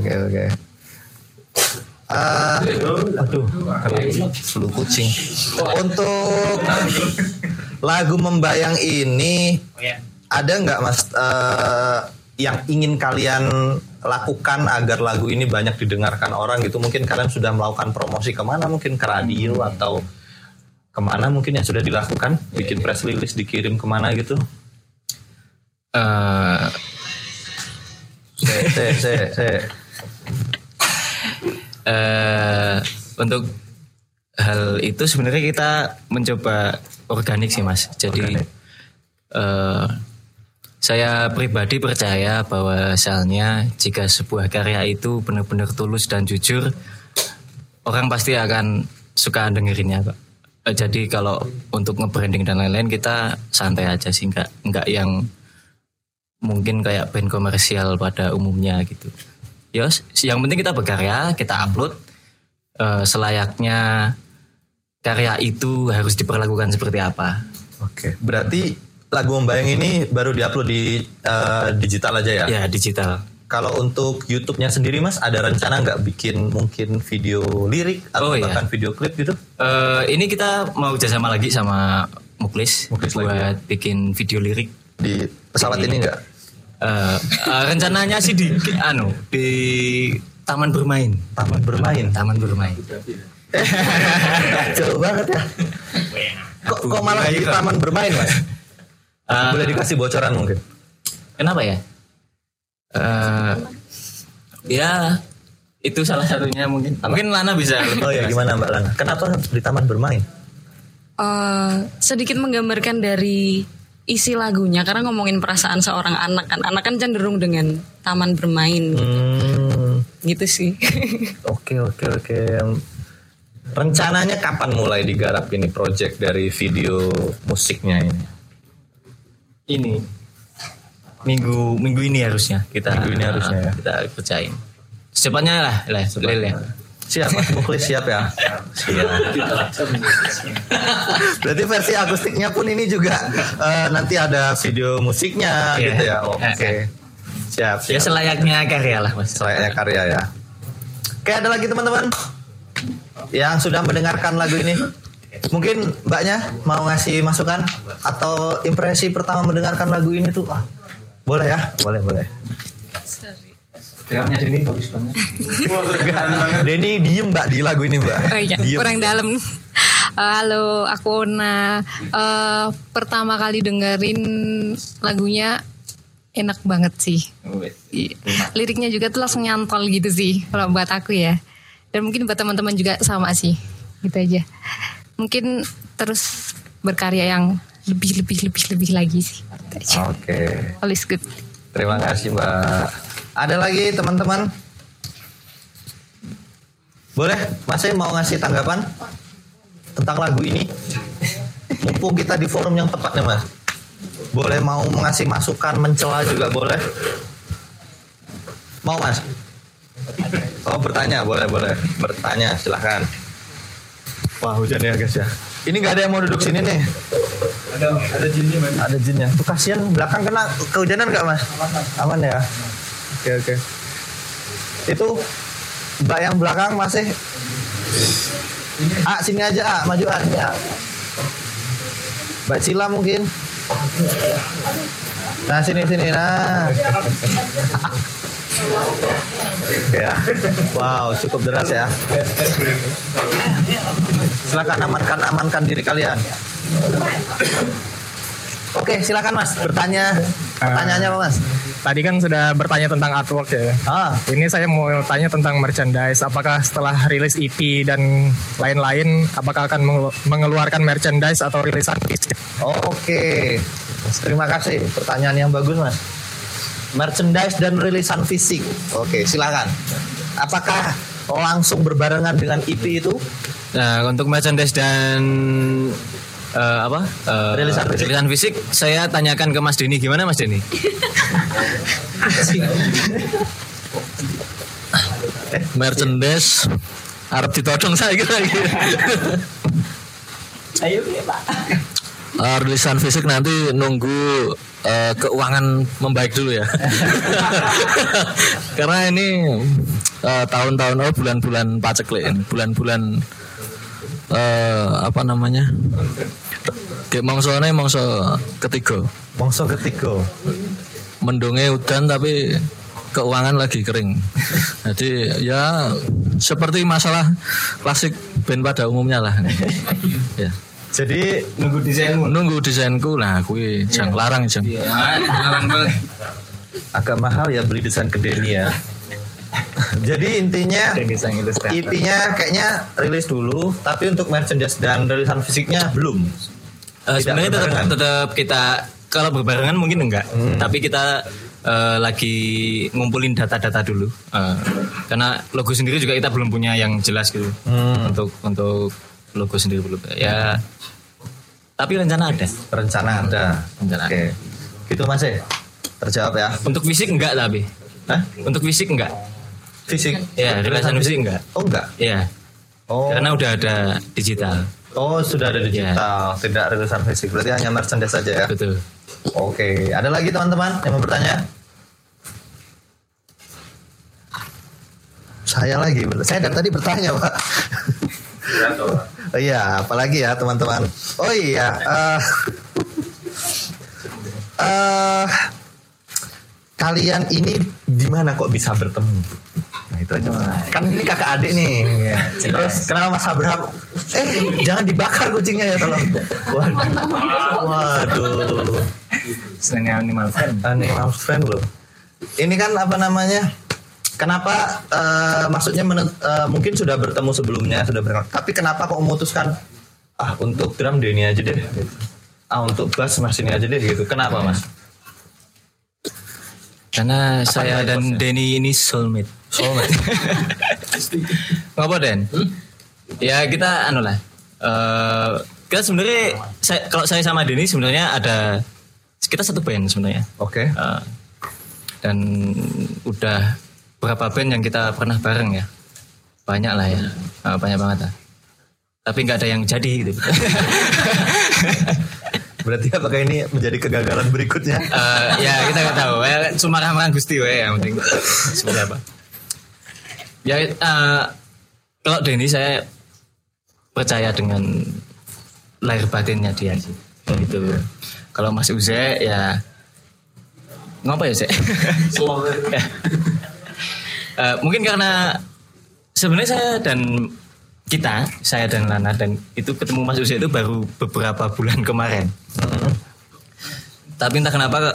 Aduh, flu kucing. Untuk lagu Membayang ini ada nggak Mas yang ingin kalian lakukan agar lagu ini banyak didengarkan orang gitu? Mungkin kalian sudah melakukan promosi kemana? Mungkin ke radio atau kemana mungkin yang sudah dilakukan? Bikin press release, dikirim kemana gitu? Untuk hal itu sebenarnya kita mencoba organik sih Mas. Jadi saya pribadi percaya bahwasannya jika sebuah karya itu benar-benar tulus dan jujur, orang pasti akan suka dengerinnya Pak. Jadi kalau untuk nge-branding dan lain-lain kita santai aja sih, enggak yang mungkin kayak band komersial pada umumnya gitu. Yos, yang penting kita berkarya, kita upload selayaknya karya itu harus diperlakukan seperti apa. Oke, berarti lagu Membayang ini baru diupload di digital aja ya? Ya, digital. Kalau untuk YouTube-nya sendiri Mas, ada rencana nggak bikin mungkin video lirik atau bahkan video klip gitu? Ini kita mau kerjasama lagi sama Muklis buat lagi, bikin video lirik. Di pesawat ini nggak? Rencananya sih di Taman Bermain. Taman Bermain. Jauh banget ya. Kok malah di Taman Bermain Mas? Boleh dikasih bocoran mungkin? Kenapa ya? Ya itu salah satunya mungkin. Mungkin Lana bisa. Oh ya, gimana Mbak Lana? Kenapa di Taman Bermain? Sedikit menggambarkan dari isi lagunya, karena ngomongin perasaan seorang anak kan cenderung dengan taman bermain gitu sih. Oke. Rencananya kapan mulai digarap ini project dari video musiknya ini? Ini minggu ini harusnya kita ya. Kita kerjain secepatnya lah Lel ya. Siap Mas Muklis, siap ya. Siap. Berarti versi akustiknya pun ini juga nanti ada video musiknya gitu ya. Oke. Siap. Ya selayaknya karya lah Mas. Selayaknya karya ya. Oke, ada lagi teman-teman yang sudah mendengarkan lagu ini. Mungkin Mbaknya mau ngasih masukan atau impresi pertama mendengarkan lagu ini tuh? Boleh ya? Boleh. Teriaknya Denny bagus banget. Denny diem Mbak di lagu ini Mbak. Oh iya, kurang dalam. Halo, aku Ona. Pertama kali dengerin lagunya enak banget sih. Liriknya juga tuh langsung nyantol gitu sih kalau buat aku ya. Dan mungkin buat teman-teman juga sama sih. Gitu aja. Mungkin terus berkarya yang lebih lagi sih. Oke. All is good. Terima kasih Mbak. Ada lagi teman-teman? Boleh, Mas mau ngasih tanggapan tentang lagu ini? Mumpung kita di forum yang tepat nih Mas. Boleh mau ngasih masukan, mencela juga boleh. Mau Mas? Oh bertanya, boleh. Bertanya, silahkan. Wah hujan ya guys ya. Ini nggak ada yang mau duduk sini nih. Ada jinnya Mas. Ada jinnya. Tuh kasihan belakang kena kehujanan nggak Mas? Aman ya. Oke. Itu Mbak yang belakang masih. Sini aja maju ya. Mbak Cila mungkin. Nah sini nah. Ya. Wow, cukup deras ya. Silakan amankan diri kalian. Oke, silakan Mas, bertanya. Pertanyaannya apa Mas? Tadi kan sudah bertanya tentang artwork ya. Ini saya mau tanya tentang merchandise. Apakah setelah rilis EP dan lain-lain, apakah akan mengeluarkan merchandise atau rilisan fisik? Oke, terima kasih. Pertanyaan yang bagus Mas. Merchandise dan rilisan fisik. Oke, silakan. Apakah langsung berbarengan dengan EP itu? Nah, untuk merchandise dan rilisan fisik saya tanyakan ke Mas Denny. Gimana Mas Denny? Merchandise arep ditodong saya kira. Ayo Pak. Rilisan fisik nanti nunggu keuangan membaik dulu ya. Karena ini tahun-tahun bulan-bulan paceklik, bulan-bulan kayak mongso ketiga. Mendunge udan tapi keuangan lagi kering. Jadi ya seperti masalah klasik band pada umumnya lah. Ya. Jadi nunggu desainku lah, kui jang larang jang. Agak mahal ya beli desain ke Denny ya. Jadi intinya Denny sang ilustrator. EP-nya kayaknya rilis dulu, tapi untuk merchandise dan rilisan fisiknya belum. Sebenarnya berbarengan. tetap kita kalau berbarengan mungkin enggak, tapi kita lagi ngumpulin data-data dulu. Karena logo sendiri juga kita belum punya yang jelas gitu. Untuk logo sendiri belum. Ya. Tapi rencana ada. Rencana ada. Oke. Gitu Mas ya? Terjawab ya. Untuk fisik enggak tapi. Hah? Untuk fisik enggak. Fisik? Ya, rilisan fisik enggak. Oh enggak? Iya. Oh. Karena udah ada digital. Oh sudah ada digital, tidak rilisan fisik. Berarti hanya merchandise saja ya? Betul. Oke, ada lagi teman-teman yang mau bertanya? Saya lagi, saya dari tadi bertanya Pak. Oh iya, apalagi ya teman-teman. Oh iya, kalian ini gimana kok bisa bertemu? Nah itu aja. Kan ini kakak adik nih. Terus kenapa Mas Abraham? Jangan dibakar kucingnya ya tolong. Waduh. Selain animal friend. Animal friend loh. Ini kan apa namanya? Kenapa? Maksudnya mungkin sudah bertemu sebelumnya, sudah berkenal. Tapi kenapa kok memutuskan untuk drum Denny aja deh? Untuk bass Mas ini aja deh gitu. Kenapa Mas? Karena saya dan Denny ini soulmate. Ngapa Den? Ya kita kita sebenarnya kalau saya sama Denny sebenarnya kita satu band sebenarnya. Oke. Dan udah berapa band yang kita pernah bareng ya? Banyak lah ya. Banyak banget lah. Tapi nggak ada yang jadi gitu. Berarti apakah ini menjadi kegagalan berikutnya? Ya kita nggak tahu. Cuma ramah Gusti yang penting seperti apa. Ya kalau Denny saya percaya dengan lahir batinnya dia sih. Gitu. Kalau Mas Uze ya ngapa ya sih? Mungkin karena sebenarnya saya dan Lana dan itu ketemu Mas Uze itu baru beberapa bulan kemarin. Tapi entah kenapa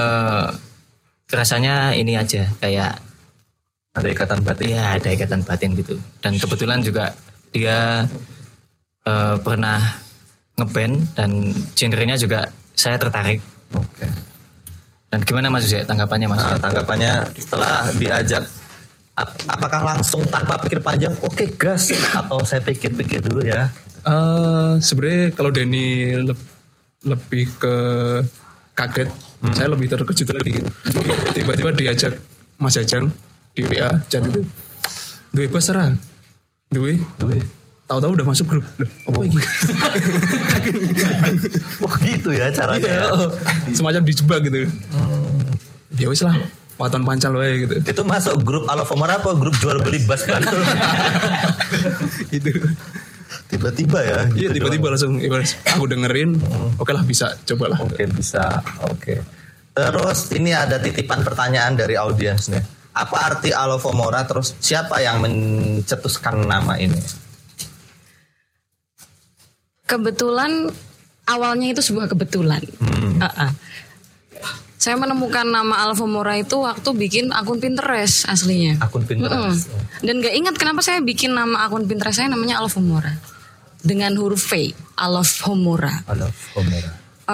rasanya ini aja kayak ada ikatan batin. Iya, ada ikatan batin gitu. Dan kebetulan juga dia pernah ngeband dan genrenya juga saya tertarik. Oke. Dan gimana Mas Uze tanggapannya Mas? Tanggapannya setelah diajak, apakah langsung tanpa pikir panjang, oke gas, atau saya pikir-pikir dulu ya? Sebenarnya kalau Denny lebih ke kaget, saya lebih terkejut lagi. Tiba-tiba diajak Mas Jajang di WA chat itu, duwe bos serah, duwe. Tahu-tahu udah masuk grup. Apa ini? Oh gitu ya caranya. Iya, semacam dijebak gitu. Ya wis lah, waton pancal wae gitu. Itu masuk grup Alfamora apa grup jual beli bass Bantul? Itu. Tiba-tiba ya. Iya, gitu tiba-tiba langsung aku dengerin. Oke lah, bisa, cobalah. Oke, bisa. Oke. Terus ini ada titipan pertanyaan dari audiens nih. Apa arti Alfamora, terus siapa yang mencetuskan nama ini? Kebetulan awalnya itu sebuah kebetulan. Saya menemukan nama Alfamora itu waktu bikin akun Pinterest aslinya. Akun Pinterest. Dan gak ingat kenapa saya bikin nama akun Pinterest saya namanya Alfamora dengan huruf V, Alfamora. Alfamora.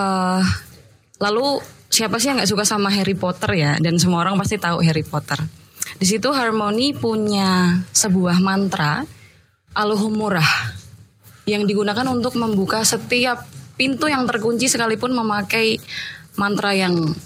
Lalu siapa sih yang nggak suka sama Harry Potter ya? Dan semua orang pasti tahu Harry Potter. Di situ Harmony punya sebuah mantra Alfamora yang digunakan untuk membuka setiap pintu yang terkunci sekalipun memakai mantra yang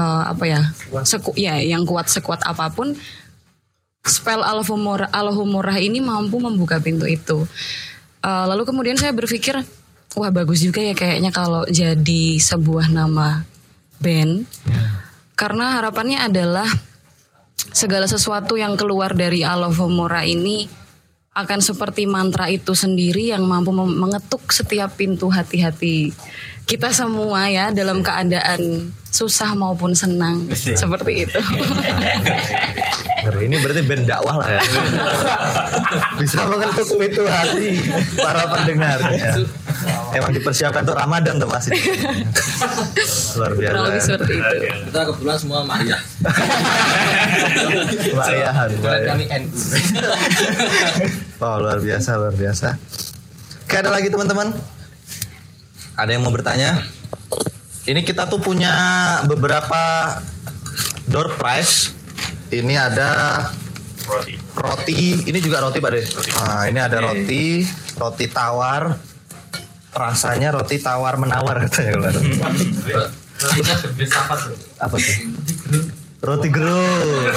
yang kuat sekuat apapun. Spell Alfamora ini mampu membuka pintu itu. Lalu kemudian saya berpikir, wah bagus juga ya kayaknya kalau jadi sebuah nama band. Karena harapannya adalah segala sesuatu yang keluar dari Alfamora ini akan seperti mantra itu sendiri yang mampu mengetuk setiap pintu hati-hati kita semua ya dalam keadaan susah maupun senang seperti itu. Ini berarti band dakwah lah ya. Bisa mengetuk pintu hati para pendengar. Ya. Emang dipersiapkan untuk Ramadan tuh pasti. Luar biasa. Kurang lebih seperti itu. Kita kebetulan semua Maria. Bayahan. Oh, luar biasa. Oke, ada lagi teman-teman? Ada yang mau bertanya? Ini kita tuh punya beberapa door prize. Ini ada roti. Ini juga roti, Pak De. Nah, ini ada roti tawar. Rasanya roti tawar menawar katanya. Apa tuh? Roti gerung.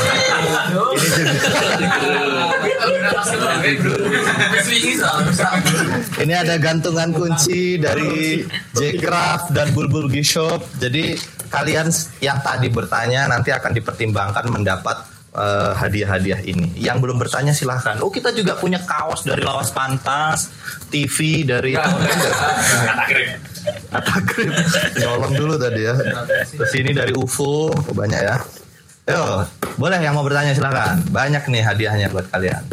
Ini ada gantungan kunci dari J-Craft dan Bulbul G-Shop. Jadi kalian yang tadi bertanya nanti akan dipertimbangkan mendapat hadiah-hadiah ini. Yang belum bertanya silahkan. Oh, kita juga punya kaos dari Lawas Pantas, TV dari Atakrip. Nolong dulu tadi ya. Terus ini dari UFO, banyak ya. Yo, boleh yang mau bertanya silahkan. Banyak nih hadiahnya buat kalian.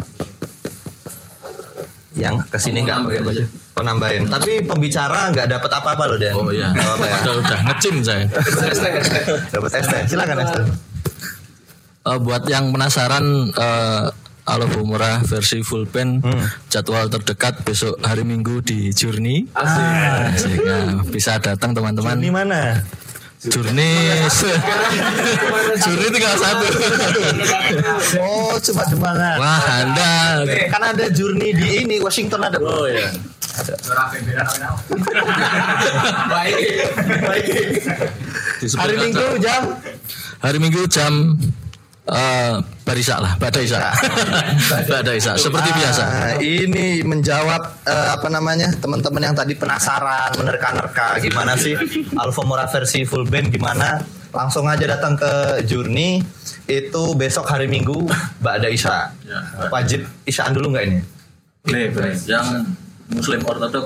Yang kesini nggak nambahin. Tapi pembicara nggak dapat apa-apa loh Den. Oh iya. Udah ngecim saya. Dapat ST. Silakan ST. Buat yang penasaran album murah versi full band jadwal terdekat besok hari Minggu di Journey. Asik. Nah, bisa datang teman-teman. Journey mana? Journey tinggal satu. Oh, cuma Demangan. Wah, Anda kan ada Journey di ini Washington ada. Oh ya. Ada. Hari Minggu jam Barisa lah, Bada Isa seperti biasa. Ini menjawab teman-teman yang tadi penasaran menerka-nerka gimana sih Alfamora versi full band gimana, langsung aja datang ke Journey itu besok hari Minggu Bada Isa. Wajib Isaan dulu nggak ini? Nih, yang Muslim Ortodok.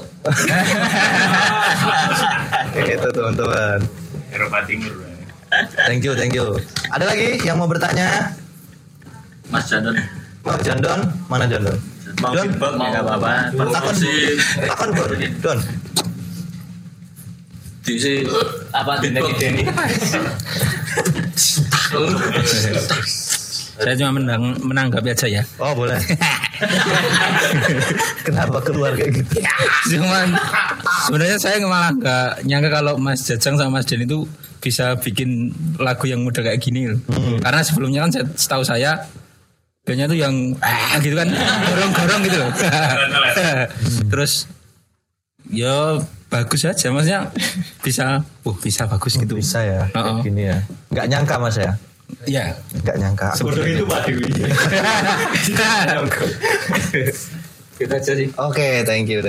Itu teman-teman. Eropa Timur. Thank you. Ada lagi yang mau bertanya? Mas Jandon. Mana Jandon? Mau feedback mau apa-apa. Takon Don. Di apa Deni? Saya cuma menanggapi aja ya. Oh boleh. Kenapa keluar kayak gitu? Cuman sebenarnya saya malah nggak nyangka kalau Mas Jajang sama Mas Den itu bisa bikin lagu yang muda kayak gini loh. Karena sebelumnya kan setahu saya bandnya tuh yang gitu kan gorong-gorong gitu loh. Terus ya bagus aja maksudnya bisa bagus gitu. Bisa ya kayak gini ya. Nggak nyangka Mas ya. Iya. Nggak nyangka. Sebetulnya itu Pak Dewi. Gitu aja sih. Oke, thank you.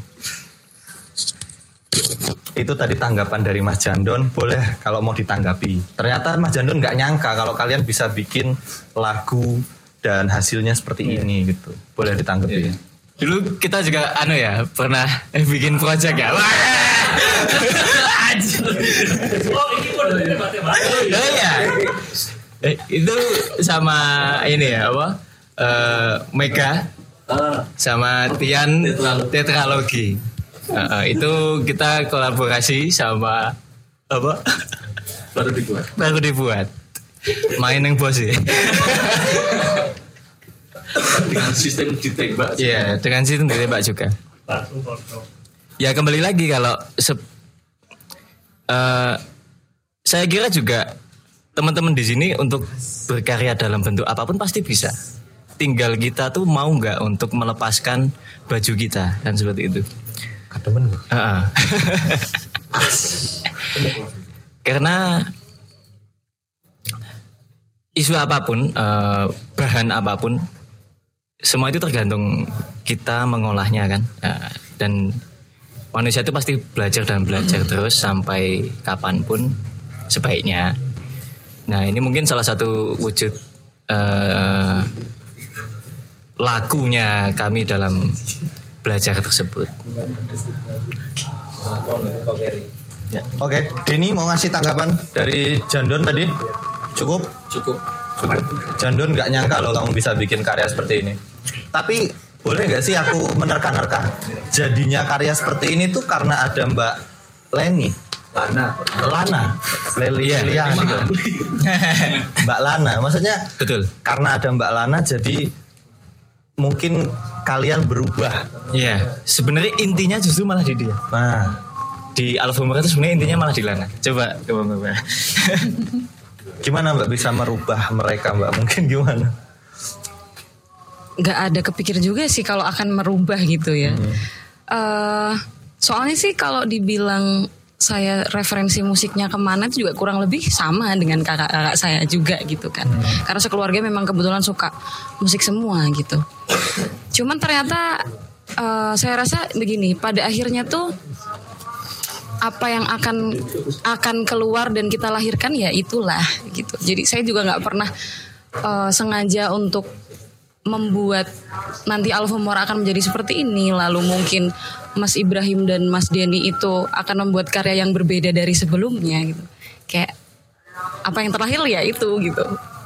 Itu tadi tanggapan dari Mas Jandon. Boleh kalau mau ditanggapi. Ternyata Mas Jandon nggak nyangka kalau kalian bisa bikin lagu dan hasilnya seperti ini gitu. Boleh ditanggapi. Dulu kita juga pernah bikin project ya. Itu sama ini ya Mega sama Tian Tetralogi. Itu kita kolaborasi sama baru dibuat main yang bos ya. Dengan sistem ditembak. Iya, dengan sistem ditembak juga. Ya kembali lagi kalau saya kira juga teman-teman di sini untuk berkarya dalam bentuk apapun pasti bisa. Tinggal kita tuh mau nggak untuk melepaskan baju kita dan seperti itu. Kademen. Karena isu apapun, bahan apapun, semua itu tergantung kita mengolahnya kan. Dan manusia itu pasti belajar dan belajar terus sampai kapanpun sebaiknya. Nah ini mungkin salah satu wujud lakunya kami dalam belajar tersebut. Oke, Denny mau ngasih tanggapan dari Jandon tadi? Cukup. Jandon nggak nyangka loh kamu bisa bikin karya seperti ini. Tapi boleh nggak sih aku menerka-nerka jadinya karya seperti ini tuh karena ada Mbak Leni. Lana. Lilian. Mbak Lana. Maksudnya Betul. karena ada Mbak Lana jadi mungkin kalian berubah. Iya, sebenarnya intinya justru malah di dia. Nah, Di Alfamora itu sebenarnya intinya malah di Lana. Coba Mbak. gimana Mbak bisa merubah mereka Mbak? Mungkin gimana? Nggak ada kepikir juga sih kalau akan merubah gitu ya. Soalnya sih kalau dibilang saya referensi musiknya kemana itu juga kurang lebih sama dengan kakak-kakak saya juga gitu kan. Karena sekeluarga memang kebetulan suka musik semua gitu. Cuman ternyata saya rasa begini, pada akhirnya tuh apa yang akan keluar dan kita lahirkan ya itulah gitu. Jadi saya juga nggak pernah sengaja untuk membuat nanti Alfamora akan menjadi seperti ini, lalu mungkin Mas Ibrahim dan Mas Denny itu akan membuat karya yang berbeda dari sebelumnya gitu. Kayak apa yang terlahir ya itu gitu.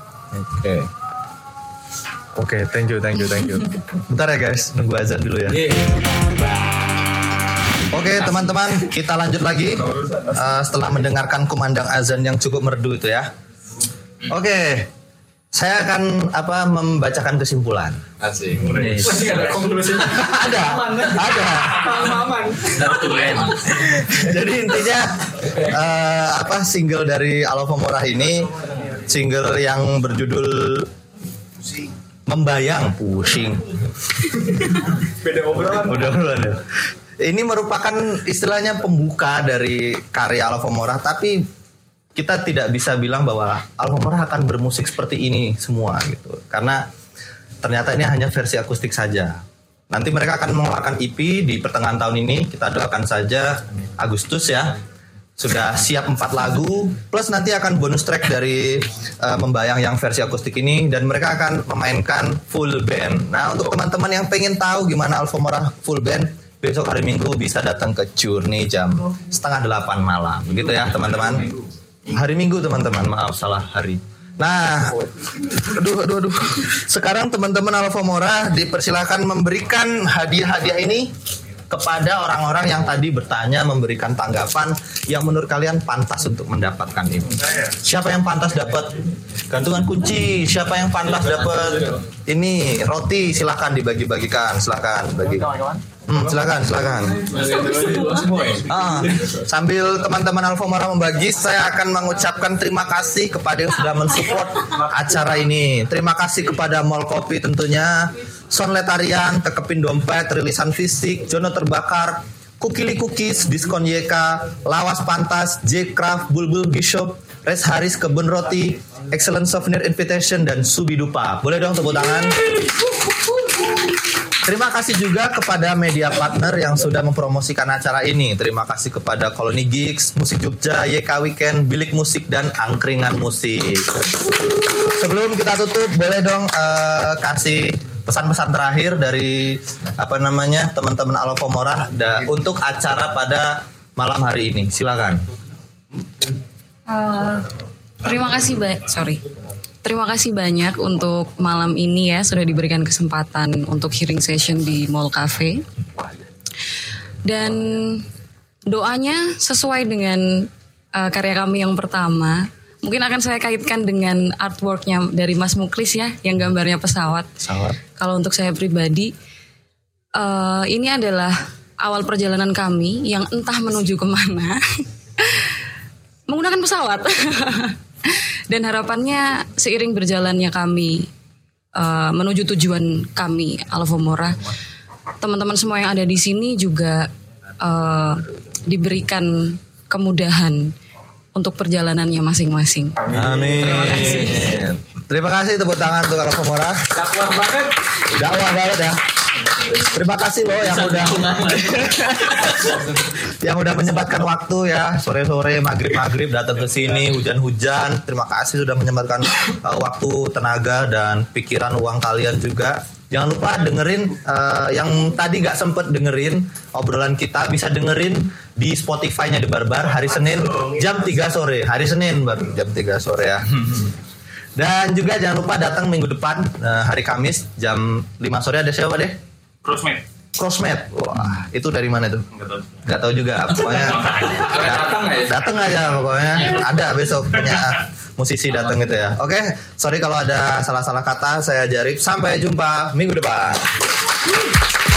Oke, thank you. Bentar ya guys, nunggu azan dulu ya. Oke teman-teman, kita lanjut lagi setelah mendengarkan kumandang azan yang cukup merdu itu ya. Oke, saya akan membacakan kesimpulan. Asik. Ada. Jadi intinya single dari Alfamora ini single yang berjudul Membayang Pusing. Udah. Ini merupakan istilahnya pembuka dari karya Alfamora, tapi kita tidak bisa bilang bahwa Alfamora akan bermusik seperti ini semua gitu. Karena ternyata ini hanya versi akustik saja. Nanti mereka akan mengeluarkan EP di pertengahan tahun ini. Kita doakan saja Agustus ya. Sudah siap 4 lagu. Plus nanti akan bonus track dari Membayang yang versi akustik ini. Dan mereka akan memainkan full band. Nah untuk teman-teman yang pengen tahu gimana Alfamora full band, besok hari Minggu bisa datang ke Journey jam 7:30 malam. Begitu ya teman-teman. Hari Minggu teman-teman, maaf salah hari. Nah, aduh. Sekarang teman-teman Alfamora dipersilakan memberikan hadiah-hadiah ini kepada orang-orang yang tadi bertanya, memberikan tanggapan yang menurut kalian pantas untuk mendapatkan ini. Siapa yang pantas dapat gantungan kunci? Siapa yang pantas dapat ini roti? Silakan dibagi-bagikan, silakan bagi. Silakan. Sambil teman-teman Alfamora membagi, saya akan mengucapkan terima kasih kepada yang sudah mensupport acara ini. Terima kasih kepada Mall Kopi tentunya, Sonletarian, Tekepin Dompet, Rilisan Fisik, Jono Terbakar, Kukili Cookies, Diskon YK, Lawas Pantas, J Craft, Bulbul Bishop, Res Haris Kebun Roti, Excellent Souvenir Invitation, dan Subidupa. Boleh dong tepuk tangan. Terima kasih juga kepada media partner yang sudah mempromosikan acara ini. Terima kasih kepada Koloni Gigs, Musik Jogja, YK Weekend, Bilik Musik, dan Angkringan Musik. Sebelum kita tutup, boleh dong kasih pesan-pesan terakhir dari teman-teman Alfamora untuk acara pada malam hari ini. Silakan. Terima kasih banyak untuk malam ini ya, sudah diberikan kesempatan untuk hearing session di Mall Cafe. Dan doanya sesuai dengan karya kami yang pertama. Mungkin akan saya kaitkan dengan artworknya dari Mas Muklis ya, yang gambarnya pesawat. Kalau untuk saya pribadi, ini adalah awal perjalanan kami yang entah menuju kemana menggunakan pesawat. Dan harapannya seiring berjalannya kami menuju tujuan kami Alfamora, teman-teman semua yang ada di sini juga diberikan kemudahan untuk perjalanannya masing-masing. Amin. Terima kasih tepuk tangan untuk Alfamora. Dakwah banget ya. Terima kasih loh yang udah menyempatkan waktu ya, sore-sore, maghrib datang ke sini, hujan-hujan. Terima kasih sudah menyempatkan waktu, tenaga, dan pikiran uang kalian juga. Jangan lupa dengerin yang tadi gak sempet dengerin obrolan kita, bisa dengerin di Spotify-nya The Barbar hari Senin jam 3 sore. Hari Senin baru jam 3 sore ya. Dan juga jangan lupa datang minggu depan hari Kamis jam 5 sore ada siapa deh? Crossmade. Wah, itu dari mana tuh? Gak tahu juga. Pokoknya datang aja pokoknya. Ada besok punya musisi datang gitu ya. Oke, sorry kalau ada salah-salah kata. Saya Jarif. Sampai jumpa minggu depan.